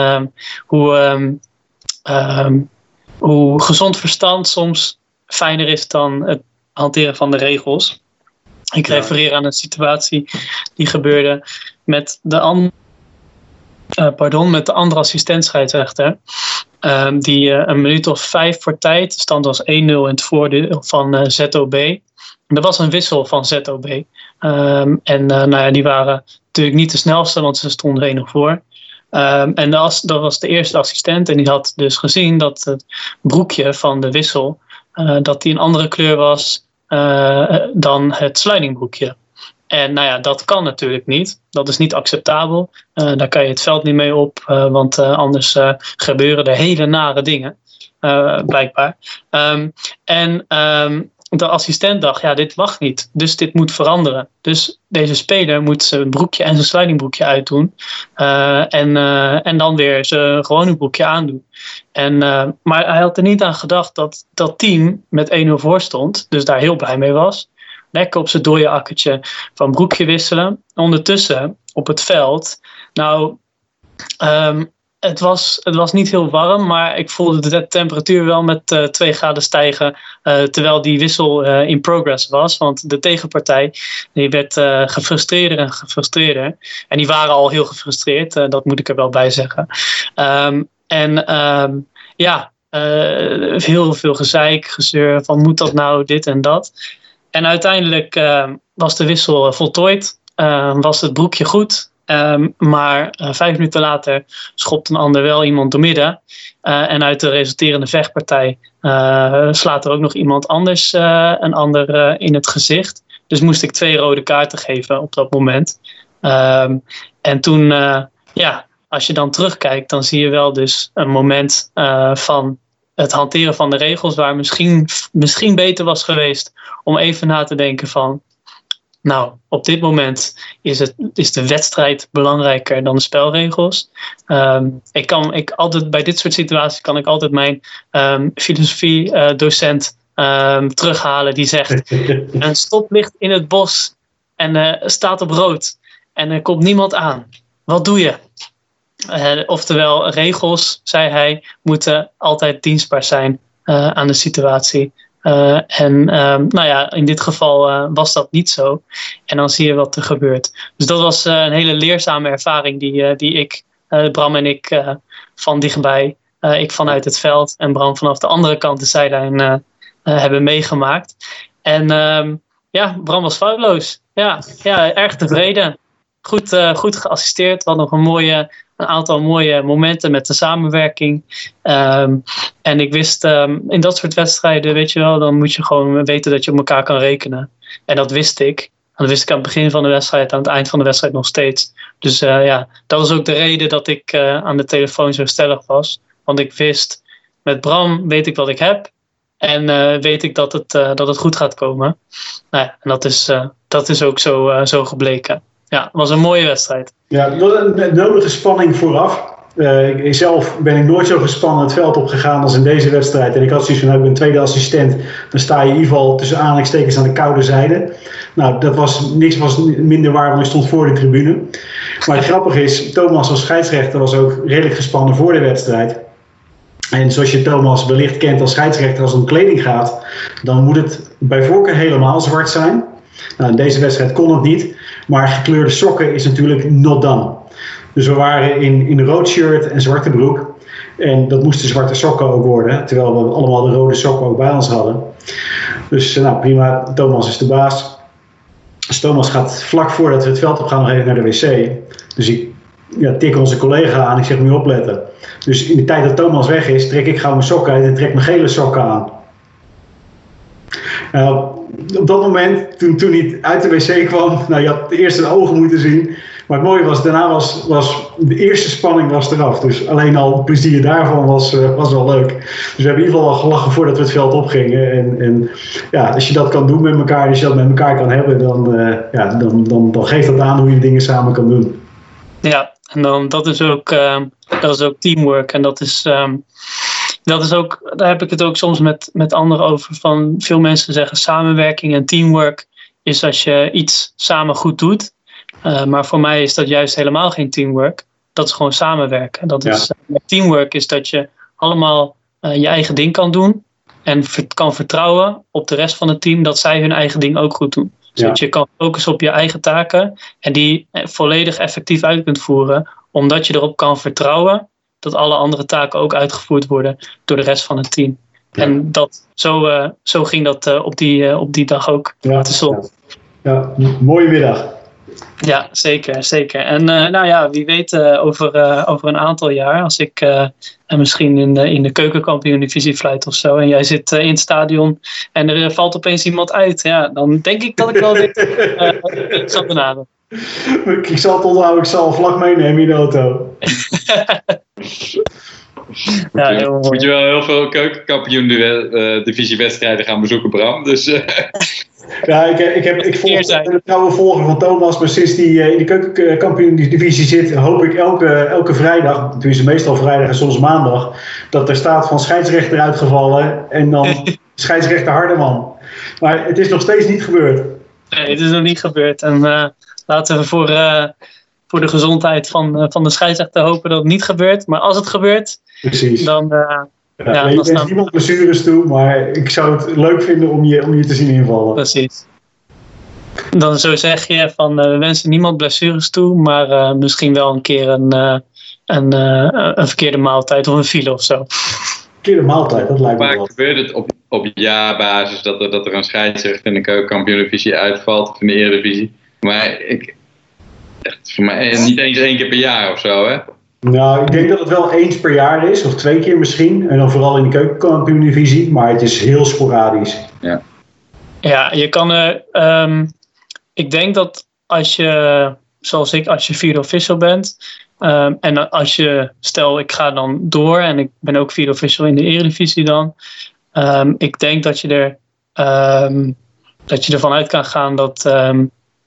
hoe gezond verstand soms fijner is dan het hanteren van de regels. Ik refereer aan een situatie die gebeurde met de andere assistent-scheidsrechter. Die een minuut of 5 voor tijd, de stand was 1-0 in het voordeel van ZOB. Er was een wissel van ZOB. Die waren natuurlijk niet de snelste, want ze stonden 1-0 voor. En dat was de eerste assistent en die had dus gezien dat het broekje van de wissel dat die een andere kleur was dan het sluitingbroekje. En dat kan natuurlijk niet. Dat is niet acceptabel. Daar kan je het veld niet mee op, want anders gebeuren er hele nare dingen, blijkbaar. De assistent dacht, dit mag niet, dus dit moet veranderen. Dus deze speler moet zijn broekje en zijn sluitingbroekje uitdoen. En dan weer zijn gewone broekje aandoen. Maar hij had er niet aan gedacht dat dat team met 1-0 voor stond. Dus daar heel blij mee was. Lekker op zijn dode akkertje van broekje wisselen. Ondertussen op het veld. Het was niet heel warm, maar ik voelde de temperatuur wel met 2 graden stijgen. Terwijl die wissel in progress was. Want de tegenpartij die werd gefrustreerder. En die waren al heel gefrustreerd, dat moet ik er wel bij zeggen. Heel veel gezeik, gezeur van moet dat nou, dit en dat. En uiteindelijk was de wissel voltooid. Was het broekje goed. Maar 5 minuten later schopt een ander wel iemand doormidden. En uit de resulterende vechtpartij slaat er ook nog iemand anders een ander in het gezicht. Dus moest ik 2 rode kaarten geven op dat moment. En toen, als je dan terugkijkt, dan zie je wel dus een moment van het hanteren van de regels waar misschien beter was geweest om even na te denken van, Nou, op dit moment is de wedstrijd belangrijker dan de spelregels. Bij dit soort situaties kan ik altijd mijn filosofie-docent terughalen. Die zegt, een stoplicht in het bos en staat op rood. En er komt niemand aan. Wat doe je? Oftewel, regels, zei hij, moeten altijd dienstbaar zijn aan de situatie. In dit geval was dat niet zo. En dan zie je wat er gebeurt. Dus dat was een hele leerzame ervaring die ik, Bram en ik, van dichtbij, ik vanuit het veld en Bram vanaf de andere kant de zijlijn hebben meegemaakt. En Bram was foutloos. Ja, erg tevreden. Goed geassisteerd. We hadden nog een aantal mooie momenten met de samenwerking. En ik wist, in dat soort wedstrijden, weet je wel, dan moet je gewoon weten dat je op elkaar kan rekenen. En dat wist ik. En dat wist ik aan het begin van de wedstrijd, aan het eind van de wedstrijd nog steeds. Dus dat was ook de reden dat ik aan de telefoon zo stellig was. Want ik wist, met Bram weet ik wat ik heb. En weet ik dat het goed gaat komen. Nou ja, en dat is ook zo gebleken. Ja, het was een mooie wedstrijd. Ja, de nodige spanning vooraf. Zelf ben ik nooit zo gespannen het veld opgegaan als in deze wedstrijd. En ik had zoiets van, ik ben tweede assistent. Dan sta je in ieder geval tussen aanhalingstekens aan de koude zijde. Nou, niks was minder waar, want ik stond voor de tribune. Maar het grappige is, Thomas als scheidsrechter was ook redelijk gespannen voor de wedstrijd. En zoals je Thomas wellicht kent als scheidsrechter, als het om kleding gaat, dan moet het bij voorkeur helemaal zwart zijn. Nou, in deze wedstrijd kon het niet, maar gekleurde sokken is natuurlijk not done. Dus we waren in een rood shirt en zwarte broek. En dat moesten zwarte sokken ook worden, terwijl we allemaal de rode sokken ook bij ons hadden. Dus prima, Thomas is de baas. Dus Thomas gaat vlak voordat we het veld op gaan nog even naar de wc. Dus ik tik onze collega aan, ik zeg, moet je opletten. Dus in de tijd dat Thomas weg is, trek ik gauw mijn sokken uit en trek mijn gele sokken aan. Op dat moment, toen hij uit de wc kwam, je had eerst zijn ogen moeten zien. Maar het mooie was, daarna was de eerste spanning was eraf. Dus alleen al het plezier daarvan was wel leuk. Dus we hebben in ieder geval al gelachen voordat we het veld opgingen. En als je dat kan doen met elkaar, als je dat met elkaar kan hebben, dan geeft dat aan hoe je dingen samen kan doen. Ja, en dan dat is ook teamwork. En dat is ook, daar heb ik het ook soms met anderen over. Van veel mensen zeggen samenwerking en teamwork is als je iets samen goed doet. Maar voor mij is dat juist helemaal geen teamwork. Dat is gewoon samenwerken. Teamwork is dat je allemaal je eigen ding kan doen. En kan vertrouwen op de rest van het team dat zij hun eigen ding ook goed doen. Zodat je kan focussen op je eigen taken. En die volledig effectief uit kunt voeren. Omdat je erop kan vertrouwen dat alle andere taken ook uitgevoerd worden door de rest van het team. Ja. En zo ging dat op die dag ook. Ja, mooie middag. Ja, zeker. En wie weet over een aantal jaar, als ik misschien in de keukenkampioen-divisie fluit of zo, en jij zit in het stadion en er valt opeens iemand uit, dan denk ik dat ik wel weer zal benaderen. Ik zal het onthouden, ik zal een vlag meenemen in de auto. Moet je wel heel veel keukenkampioen-divisiewedstrijden gaan bezoeken, Bram. Dus, ik volg de trouwe volger van Thomas, maar sinds die in de keukenkampioen-divisie zit, hoop ik elke vrijdag, tenminste meestal vrijdag en soms maandag, dat er staat van scheidsrechter uitgevallen en dan scheidsrechter Hardeman. Maar het is nog steeds niet gebeurd. Nee, het is nog niet gebeurd. En laten we voor de gezondheid van de scheidsrechter hopen dat het niet gebeurt. Maar als het gebeurt, precies. Dan je wens niemand blessures toe, maar ik zou het leuk vinden om je te zien invallen. Precies. Dan zo zeg je van we wensen niemand blessures toe, maar misschien wel een keer een verkeerde maaltijd of een file of zo. Verkeerde maaltijd, dat lijkt me wel. Vaak gebeurt het op jaarbasis dat er een scheidsrechter in de keukenkampioen-divisie uitvalt of in de eredivisie. Maar voor mij niet eens 1 keer per jaar of zo, hè? Nou, ik denk dat het wel eens per jaar is, of 2 keer misschien. En dan vooral in de keukenkampioen-divisie, maar het is heel sporadisch. Ja, je kan ik denk dat als je, zoals ik, als je vierde official bent, en als je, stel ik ga dan door en ik ben ook vierde official in de eredivisie dan, ik denk dat je ervan uit kan gaan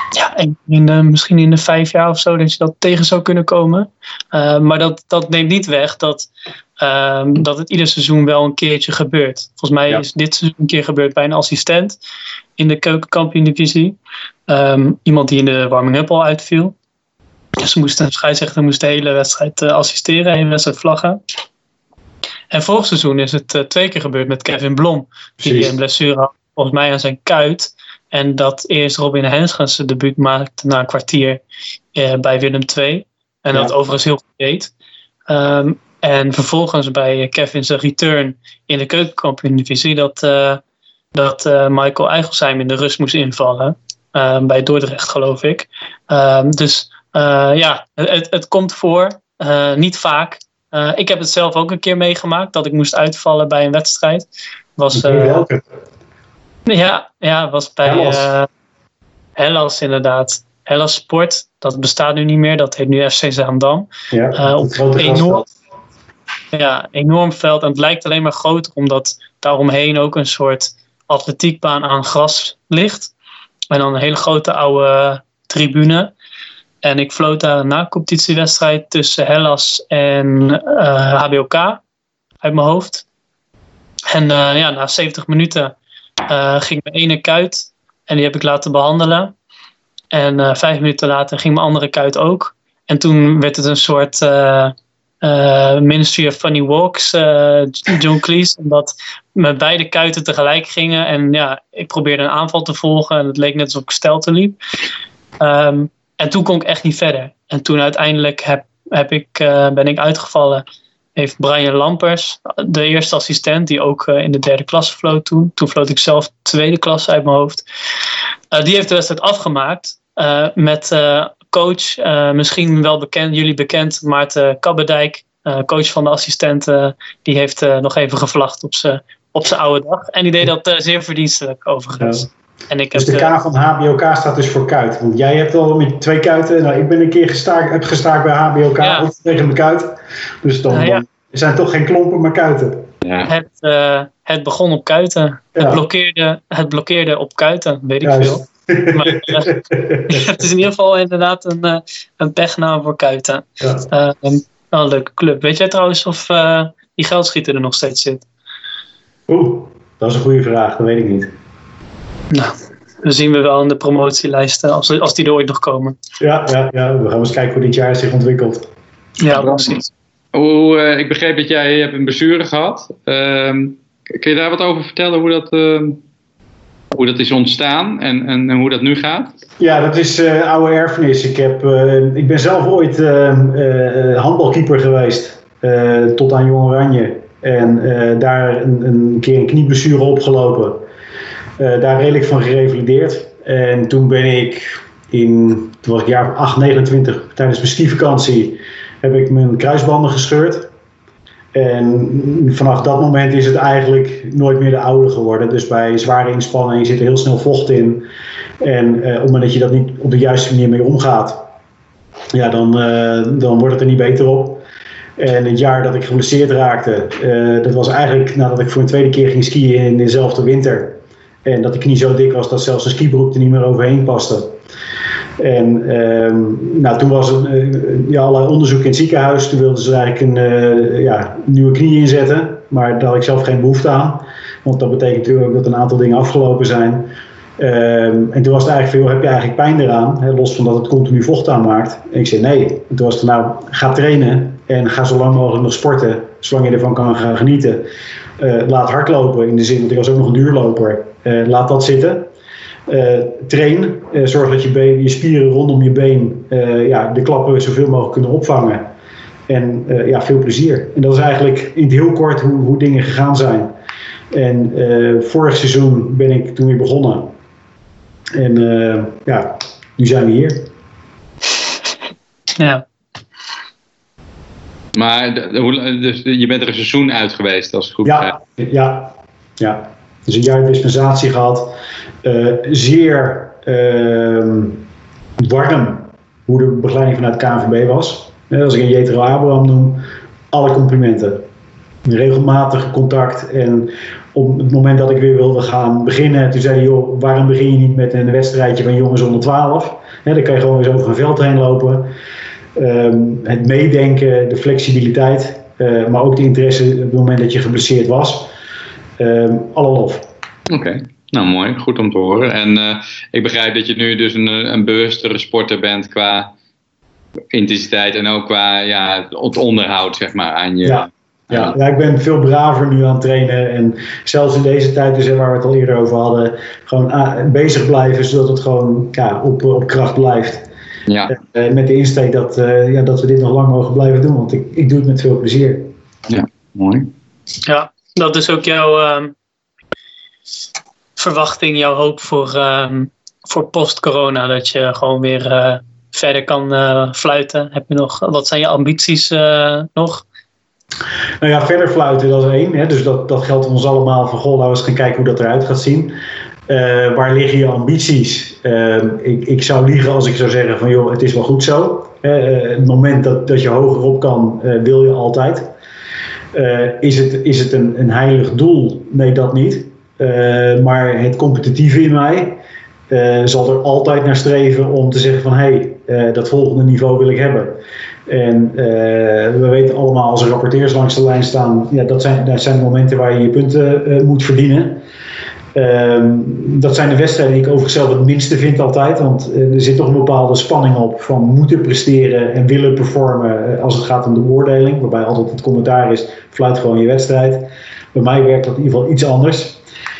Misschien in de 5 jaar of zo dat je dat tegen zou kunnen komen. Maar dat neemt niet weg dat het ieder seizoen wel een keertje gebeurt. Volgens mij is dit seizoen een keer gebeurd bij een assistent in de keukenkampioen-divisie. Iemand die in de warming-up al uitviel. Dus een scheidsrechter moest de hele wedstrijd assisteren, de hele wedstrijd vlaggen. En vorig seizoen is het 2 keer gebeurd met Kevin Blom. Die een blessure had, volgens mij aan zijn kuit. En dat eerst Robin Hensgens zijn debuut maakte na een kwartier bij Willem II. En dat overigens heel goed deed. En vervolgens bij Kevin zijn return in de keukenkampioen-divisie dat Michael Eigelsheim in de rust moest invallen. Bij Dordrecht, geloof ik. Het komt voor. Niet vaak. Ik heb het zelf ook een keer meegemaakt dat ik moest uitvallen bij een wedstrijd. Welke? Was bij Hellas inderdaad. Hellas Sport, dat bestaat nu niet meer. Dat heet nu FC Zaandam. Ja, op enorm veld. En het lijkt alleen maar groter, omdat daaromheen ook een soort atletiekbaan aan gras ligt. En dan een hele grote oude tribune. En ik floot daar een na-competitiewedstrijd tussen Hellas en HBOK uit mijn hoofd. En na 70 minuten ging mijn ene kuit en die heb ik laten behandelen. En 5 minuten later ging mijn andere kuit ook. En toen werd het een soort Ministry of Funny Walks, John Cleese, omdat met beide kuiten tegelijk gingen. En ik probeerde een aanval te volgen en het leek net alsof ik stelte liep. En toen kon ik echt niet verder. En toen uiteindelijk ben ik uitgevallen. Heeft Brian Lampers, de eerste assistent, die ook in de 3e klasse floot toen. Toen floot ik zelf 2e klasse uit mijn hoofd. Die heeft de wedstrijd afgemaakt met coach, misschien wel jullie bekend, Maarten Kabberdijk, coach van de assistenten. Die heeft nog even gevlacht op zijn oude dag. En die deed dat zeer verdienstelijk overigens. Ja. En dus de K van HBOK staat dus voor kuit. Want jij hebt al met 2 kuiten. Nou, ik ben een keer gestaakt bij HBOK. Ook tegen mijn kuit. Dus dan er zijn toch geen klompen, maar kuiten. Ja. Het begon op kuiten. Ja. Het blokkeerde op kuiten, weet ik veel. Maar het is in ieder geval inderdaad een pechnaam voor kuiten. Ja. Een leuke club. Weet jij trouwens of die geldschieter er nog steeds zit? Dat is een goede vraag. Dat weet ik niet. Nou, dat zien we wel in de promotielijsten als die er ooit nog komen. Ja. We gaan eens kijken hoe dit jaar zich ontwikkelt. Ja, precies. Ik begreep dat jij hebt een blessure gehad. Kun je daar wat over vertellen hoe dat is ontstaan en hoe dat nu gaat? Ja, dat is oude erfenis. Ik ben zelf ooit handbalkeeper geweest tot aan Jong Oranje. En daar een keer een knieblessure opgelopen. Daar redelijk van gerevalideerd. En toen ben ik toen was ik jaar 8, 29, tijdens mijn skivakantie heb ik mijn kruisbanden gescheurd. En vanaf dat moment is het eigenlijk nooit meer de oude geworden. Dus bij zware inspanning zit er heel snel vocht in. En op het moment dat je dat niet op de juiste manier mee omgaat, dan wordt het er niet beter op. En het jaar dat ik geblesseerd raakte, dat was eigenlijk nadat ik voor een 2e keer ging skiën in dezelfde winter. En dat de knie zo dik was dat zelfs een skibroek er niet meer overheen paste. En toen was het allerlei onderzoek in het ziekenhuis. Toen wilden ze eigenlijk een nieuwe knie inzetten. Maar daar had ik zelf geen behoefte aan. Want dat betekent natuurlijk ook dat een aantal dingen afgelopen zijn. En toen was het eigenlijk veel, heb je eigenlijk pijn eraan? Los van dat het continu vocht aanmaakt. En ik zei nee. En toen was het ga trainen. En ga zo lang mogelijk nog sporten. Zolang je ervan kan gaan genieten. Laat hardlopen in de zin, want ik was ook nog een duurloper. Laat dat zitten. Train. Zorg dat je spieren rondom je been de klappen zoveel mogelijk kunnen opvangen. En veel plezier. En dat is eigenlijk in het heel kort hoe dingen gegaan zijn. En vorig seizoen ben ik toen weer begonnen. En nu zijn we hier. Ja. Maar dus je bent er een seizoen uit geweest als het goed is. Ja. Dus een jaar dispensatie gehad. Zeer warm hoe de begeleiding vanuit KNVB was. Als ik een Jetro Abraham noem, alle complimenten. Regelmatig contact en op het moment dat ik weer wilde gaan beginnen, toen zei hij, joh, waarom begin je niet met een wedstrijdje van jongens onder 12? Dan kan je gewoon weer over een veld heen lopen. Het meedenken, de flexibiliteit, maar ook de interesse op het moment dat je geblesseerd was. Alle lof. Oké. Nou, mooi. Goed om te horen. En ik begrijp dat je nu dus een bewustere sporter bent qua intensiteit en ook qua het onderhoud, zeg maar, aan je... Ja, ik ben veel braver nu aan het trainen. En zelfs in deze tijd, dus waar we het al eerder over hadden, gewoon bezig blijven, zodat het gewoon op kracht blijft. Ja. Met de insteek dat we dit nog lang mogen blijven doen. Want ik doe het met veel plezier. Ja, mooi. Ja, dat is ook jouw verwachting, jouw hoop voor post-corona. Dat je gewoon weer verder kan fluiten. Heb je nog, wat zijn je ambities nog? Nou ja, verder fluiten, dat is één. Hè? Dus dat geldt ons allemaal van, goh, laten we eens gaan kijken hoe dat eruit gaat zien. Waar liggen je ambities? Ik zou liegen als ik zou zeggen van, joh, het is wel goed zo. Het moment dat je hoger op kan, wil je altijd. Is het een heilig doel? Nee, dat niet. Maar het competitieve in mij zal er altijd naar streven om te zeggen van, hey, dat volgende niveau wil ik hebben. En we weten allemaal, als er rapporteurs langs de lijn staan, dat zijn de momenten waar je je punten moet verdienen. Dat zijn de wedstrijden die ik overigens zelf het minste vind altijd. Want er zit toch een bepaalde spanning op van moeten presteren en willen performen als het gaat om de beoordeling. Waarbij altijd het commentaar is, fluit gewoon je wedstrijd. Bij mij werkt dat in ieder geval iets anders.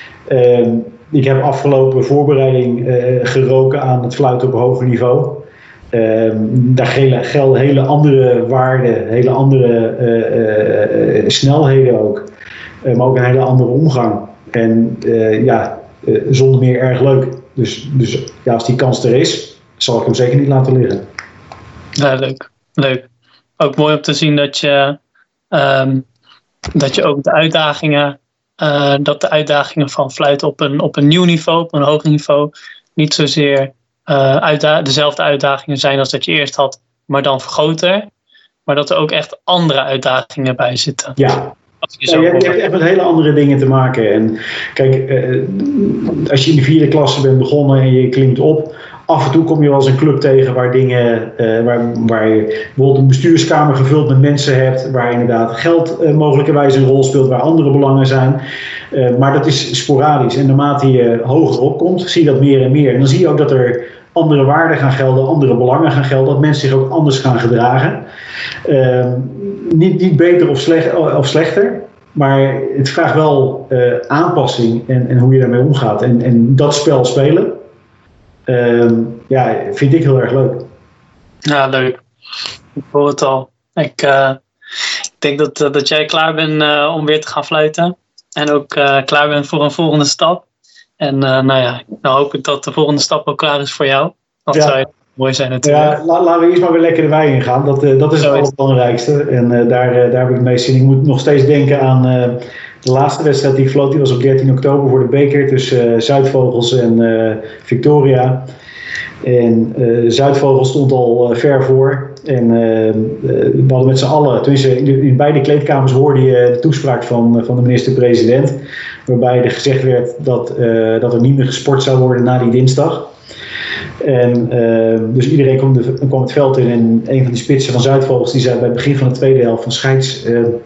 Ik heb afgelopen voorbereiding geroken aan het fluiten op hoger niveau. Daar gelden hele andere waarden, hele andere snelheden ook. Maar ook een hele andere omgang. En zonder meer erg leuk. Dus als die kans er is, zal ik hem zeker niet laten liggen. Ja, leuk. Ook mooi om te zien dat je ook de uitdagingen van fluiten op een nieuw niveau, op een hoger niveau, niet zozeer dezelfde uitdagingen zijn als dat je eerst had, maar dan groter. Maar dat er ook echt andere uitdagingen bij zitten. Ja. Je hebt echt met hele andere dingen te maken. En kijk, als je in de 4e klasse bent begonnen en je klimt op, af en toe kom je wel eens een club tegen waar dingen, waar je bijvoorbeeld een bestuurskamer gevuld met mensen hebt, waar inderdaad geld mogelijkerwijs een rol speelt, waar andere belangen zijn. Maar dat is sporadisch. En naarmate je hoger opkomt, zie je dat meer en meer. En dan zie je ook dat er andere waarden gaan gelden, andere belangen gaan gelden, dat mensen zich ook anders gaan gedragen. Niet beter of slechter, maar het vraagt wel aanpassing en hoe je daarmee omgaat. En dat spel spelen, vind ik heel erg leuk. Ja, leuk. Ik hoor het al. Ik denk dat jij klaar bent om weer te gaan fluiten. En ook klaar bent voor een volgende stap. En nou hoop ik dat de volgende stap ook klaar is voor jou. Dat zou mooi zijn natuurlijk. Ja, laten we eerst maar weer lekker de wei ingaan. Dat is het allerbelangrijkste. En daar heb ik het meest zin in. Ik moet nog steeds denken aan de laatste wedstrijd die ik floot. Die was op 13 oktober voor de beker tussen Zuidvogels en Victoria. En Zuidvogels stond al ver voor. En we hadden met z'n allen, tenminste in beide kleedkamers hoorde je de toespraak van de minister-president. Waarbij er gezegd werd dat er niet meer gesport zou worden na die dinsdag. En dus iedereen kwam het veld in en een van die spitsen van Zuidvogels die zei bij het begin van de tweede helft van scheids,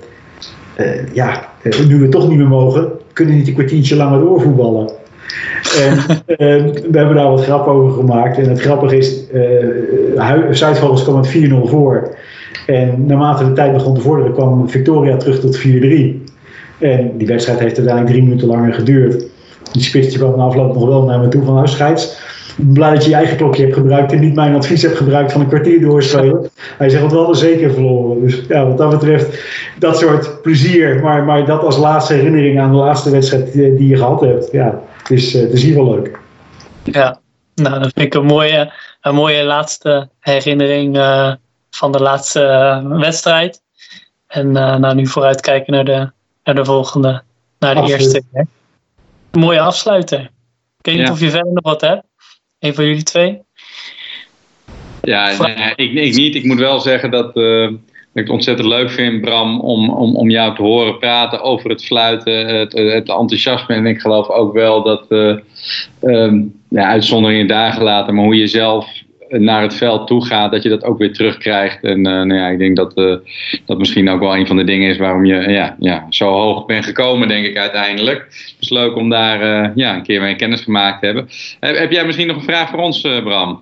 nu we toch niet meer mogen, kunnen we niet een kwartiertje langer doorvoetballen. En we hebben daar wat grap over gemaakt. En het grappige is, Zuidvogels kwam met 4-0 voor. En naarmate de tijd begon te vorderen kwam Victoria terug tot 4-3. En die wedstrijd heeft uiteindelijk 3 minuten langer geduurd. Die spitsje kwam na afloop nog wel naar me toe van scheids. Ik ben blij dat je je eigen klokje hebt gebruikt en niet mijn advies hebt gebruikt van een kwartier doorspelen. Hij zegt, want we hadden zeker verloren. Dus ja, wat dat betreft, dat soort plezier. Maar dat als laatste herinnering aan de laatste wedstrijd die je gehad hebt. Ja, het is hier wel leuk. Ja, nou dat vind ik een mooie laatste herinnering van de laatste wedstrijd. En nu vooruitkijken naar de volgende, naar de Absoluut. eerste. Hè? Een mooie afsluiter. Ik weet niet of je verder nog wat hebt. Een van jullie twee? Ja, nee, ik niet. Ik moet wel zeggen ik het ontzettend leuk vind, Bram, om jou te horen praten over het fluiten, het enthousiasme. En ik geloof ook wel dat, uitzonderingen daar gelaten, maar hoe je zelf naar het veld toe gaat, dat je dat ook weer terugkrijgt. En ik denk dat dat misschien ook wel een van de dingen is waarom je zo hoog bent gekomen, denk ik uiteindelijk. Het is leuk om daar een keer mee kennis gemaakt te hebben. Heb jij misschien nog een vraag voor ons, Bram?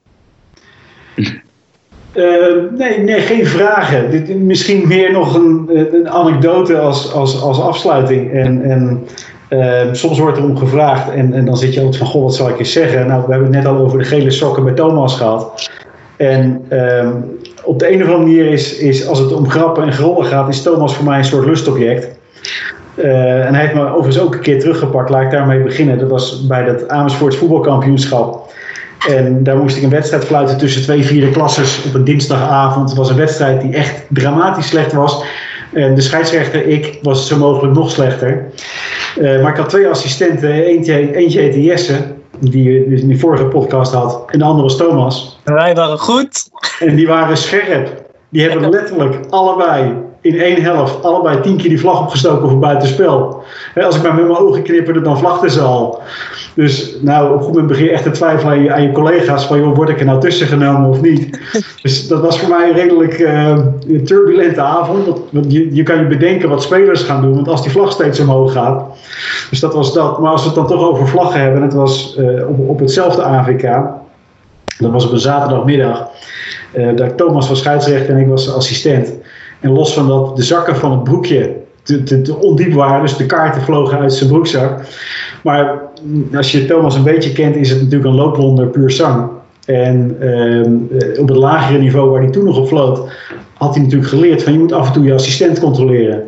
Nee, geen vragen. Misschien meer nog een anekdote als afsluiting. En soms wordt er om gevraagd en dan zit je altijd van, goh, wat zal ik eens zeggen? Nou, we hebben het net al over de gele sokken bij Thomas gehad. En op de een of andere manier is als het om grappen en grollen gaat, is Thomas voor mij een soort lustobject. En hij heeft me overigens ook een keer teruggepakt, laat ik daarmee beginnen. Dat was bij dat Amersfoorts voetbalkampioenschap. En daar moest ik een wedstrijd fluiten tussen 2 vierde klassers op een dinsdagavond. Het was een wedstrijd die echt dramatisch slecht was. En de scheidsrechter, ik, was zo mogelijk nog slechter. Maar ik had 2 assistenten. Eentje heette Jesse, die je dus in de vorige podcast had. En de andere was Thomas. En wij waren goed. En die waren scherp. Die hebben letterlijk allebei in 1 helft allebei 10 keer die vlag opgestoken voor buitenspel. Als ik maar met mijn ogen knipperde, dan vlagden ze al. Dus nou, op een goed moment begin je echt te twijfelen aan je collega's van, joh, word ik er nou tussen genomen of niet? Dus dat was voor mij een redelijk turbulente avond. Want je kan je bedenken wat spelers gaan doen, want als die vlag steeds omhoog gaat. Dus dat was dat. Maar als we het dan toch over vlaggen hebben, het was op hetzelfde AVK. Dat was op een zaterdagmiddag. Thomas was scheidsrechter en ik was assistent. En los van dat de zakken van het broekje te ondiep waren, dus de kaarten vlogen uit zijn broekzak. Maar als je Thomas een beetje kent, is het natuurlijk een loopwonder puur zang. En op het lagere niveau waar hij toen nog op floot, had hij natuurlijk geleerd van je moet af en toe je assistent controleren.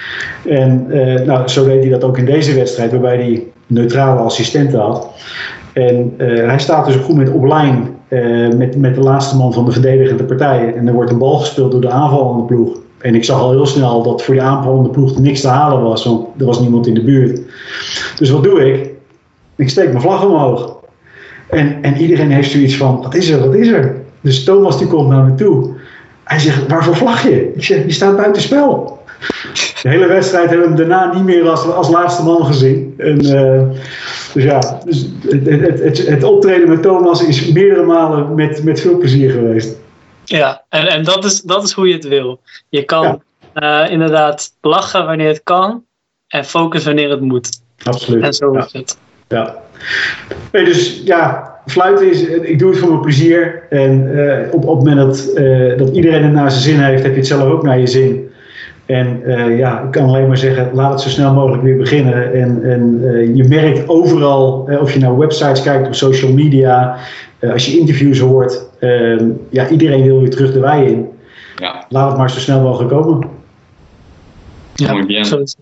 En zo deed hij dat ook in deze wedstrijd, waarbij hij neutrale assistenten had. En hij staat dus op een goed moment op lijn met de laatste man van de verdedigende partij. En er wordt een bal gespeeld door de aanvallende ploeg. En ik zag al heel snel dat voor die aanvallende ploeg er niks te halen was, want er was niemand in de buurt. Dus wat doe ik? Ik steek mijn vlag omhoog. En iedereen heeft zoiets van, wat is er? Dus Thomas die komt naar me toe. Hij zegt, waarvoor vlag je? Ik zeg, je staat buitenspel. De hele wedstrijd hebben we hem daarna niet meer als laatste man gezien. En, dus het optreden met Thomas is meerdere malen met veel plezier geweest. Ja, en dat is hoe je het wil. Je kan inderdaad lachen wanneer het kan en focussen wanneer het moet. Absoluut. En zo is het. Ja. Nee, dus fluiten is, ik doe het voor mijn plezier. En op het moment dat iedereen het naar zijn zin heeft, heb je het zelf ook naar je zin. En ik kan alleen maar zeggen, laat het zo snel mogelijk weer beginnen. En je merkt overal, of je naar websites kijkt, op social media, als je interviews hoort, iedereen wil weer terug de wei in. Ja. Laat het maar zo snel mogelijk komen. Ja, zo is het.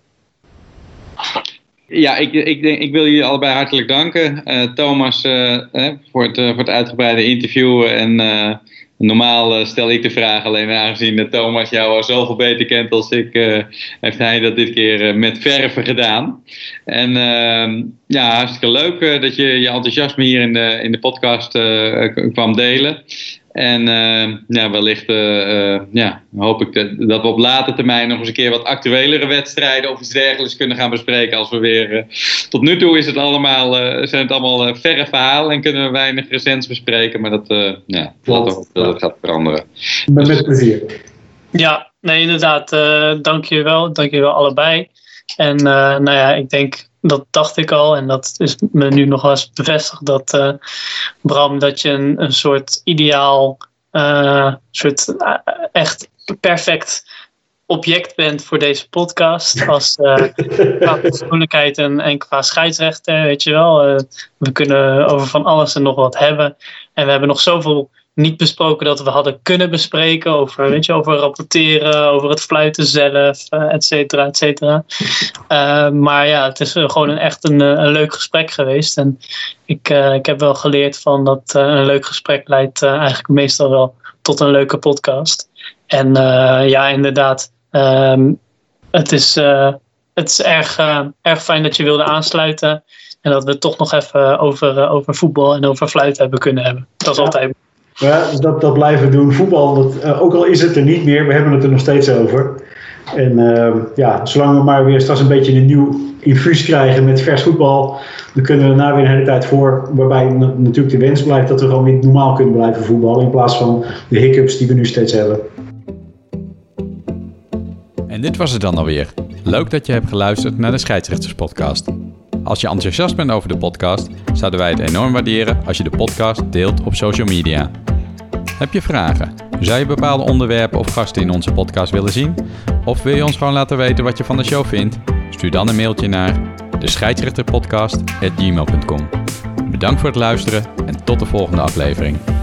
Ja, ik wil jullie allebei hartelijk danken. Thomas, voor het uitgebreide interview. En normaal stel ik de vraag, alleen aangezien Thomas jou al zoveel beter kent als ik, heeft hij dat dit keer met verve gedaan. En hartstikke leuk dat je je enthousiasme hier in de podcast kwam delen. En wellicht hoop ik dat we op latere termijn nog eens een keer wat actuelere wedstrijden of iets dergelijks kunnen gaan bespreken. Als we weer, tot nu toe is het zijn het allemaal verre verhalen en kunnen we weinig recents bespreken. Maar dat gaat veranderen. Met plezier. Ja, nee, inderdaad. Dank je wel allebei. En ik denk, dat dacht ik al en dat is me nu nog wel eens bevestigd, dat Bram, dat je een soort ideaal, echt perfect object bent voor deze podcast. Als qua persoonlijkheid en qua scheidsrechter, weet je wel. We kunnen over van alles en nog wat hebben. En we hebben nog zoveel niet besproken dat we hadden kunnen bespreken. Over rapporteren, over het fluiten zelf, et cetera, et cetera. Maar ja, het is gewoon echt een leuk gesprek geweest. En ik heb wel geleerd van dat een leuk gesprek leidt eigenlijk meestal wel tot een leuke podcast. En inderdaad, het is erg fijn dat je wilde aansluiten. En dat we toch nog even over voetbal en over fluiten hebben kunnen hebben. Dat is altijd. Ja, dus dat blijven we doen. Voetbal, ook al is het er niet meer, we hebben het er nog steeds over. En zolang we maar weer straks een beetje een nieuw infuus krijgen met vers voetbal, dan kunnen we daarna weer een hele tijd voor, waarbij natuurlijk de wens blijft dat we gewoon weer normaal kunnen blijven voetballen, in plaats van de hiccups die we nu steeds hebben. En dit was het dan alweer. Leuk dat je hebt geluisterd naar de Scheidsrechterspodcast. Als je enthousiast bent over de podcast, zouden wij het enorm waarderen als je de podcast deelt op social media. Heb je vragen? Zou je bepaalde onderwerpen of gasten in onze podcast willen zien? Of wil je ons gewoon laten weten wat je van de show vindt? Stuur dan een mailtje naar descheidsrechterpodcast@gmail.com. Bedankt voor het luisteren en tot de volgende aflevering.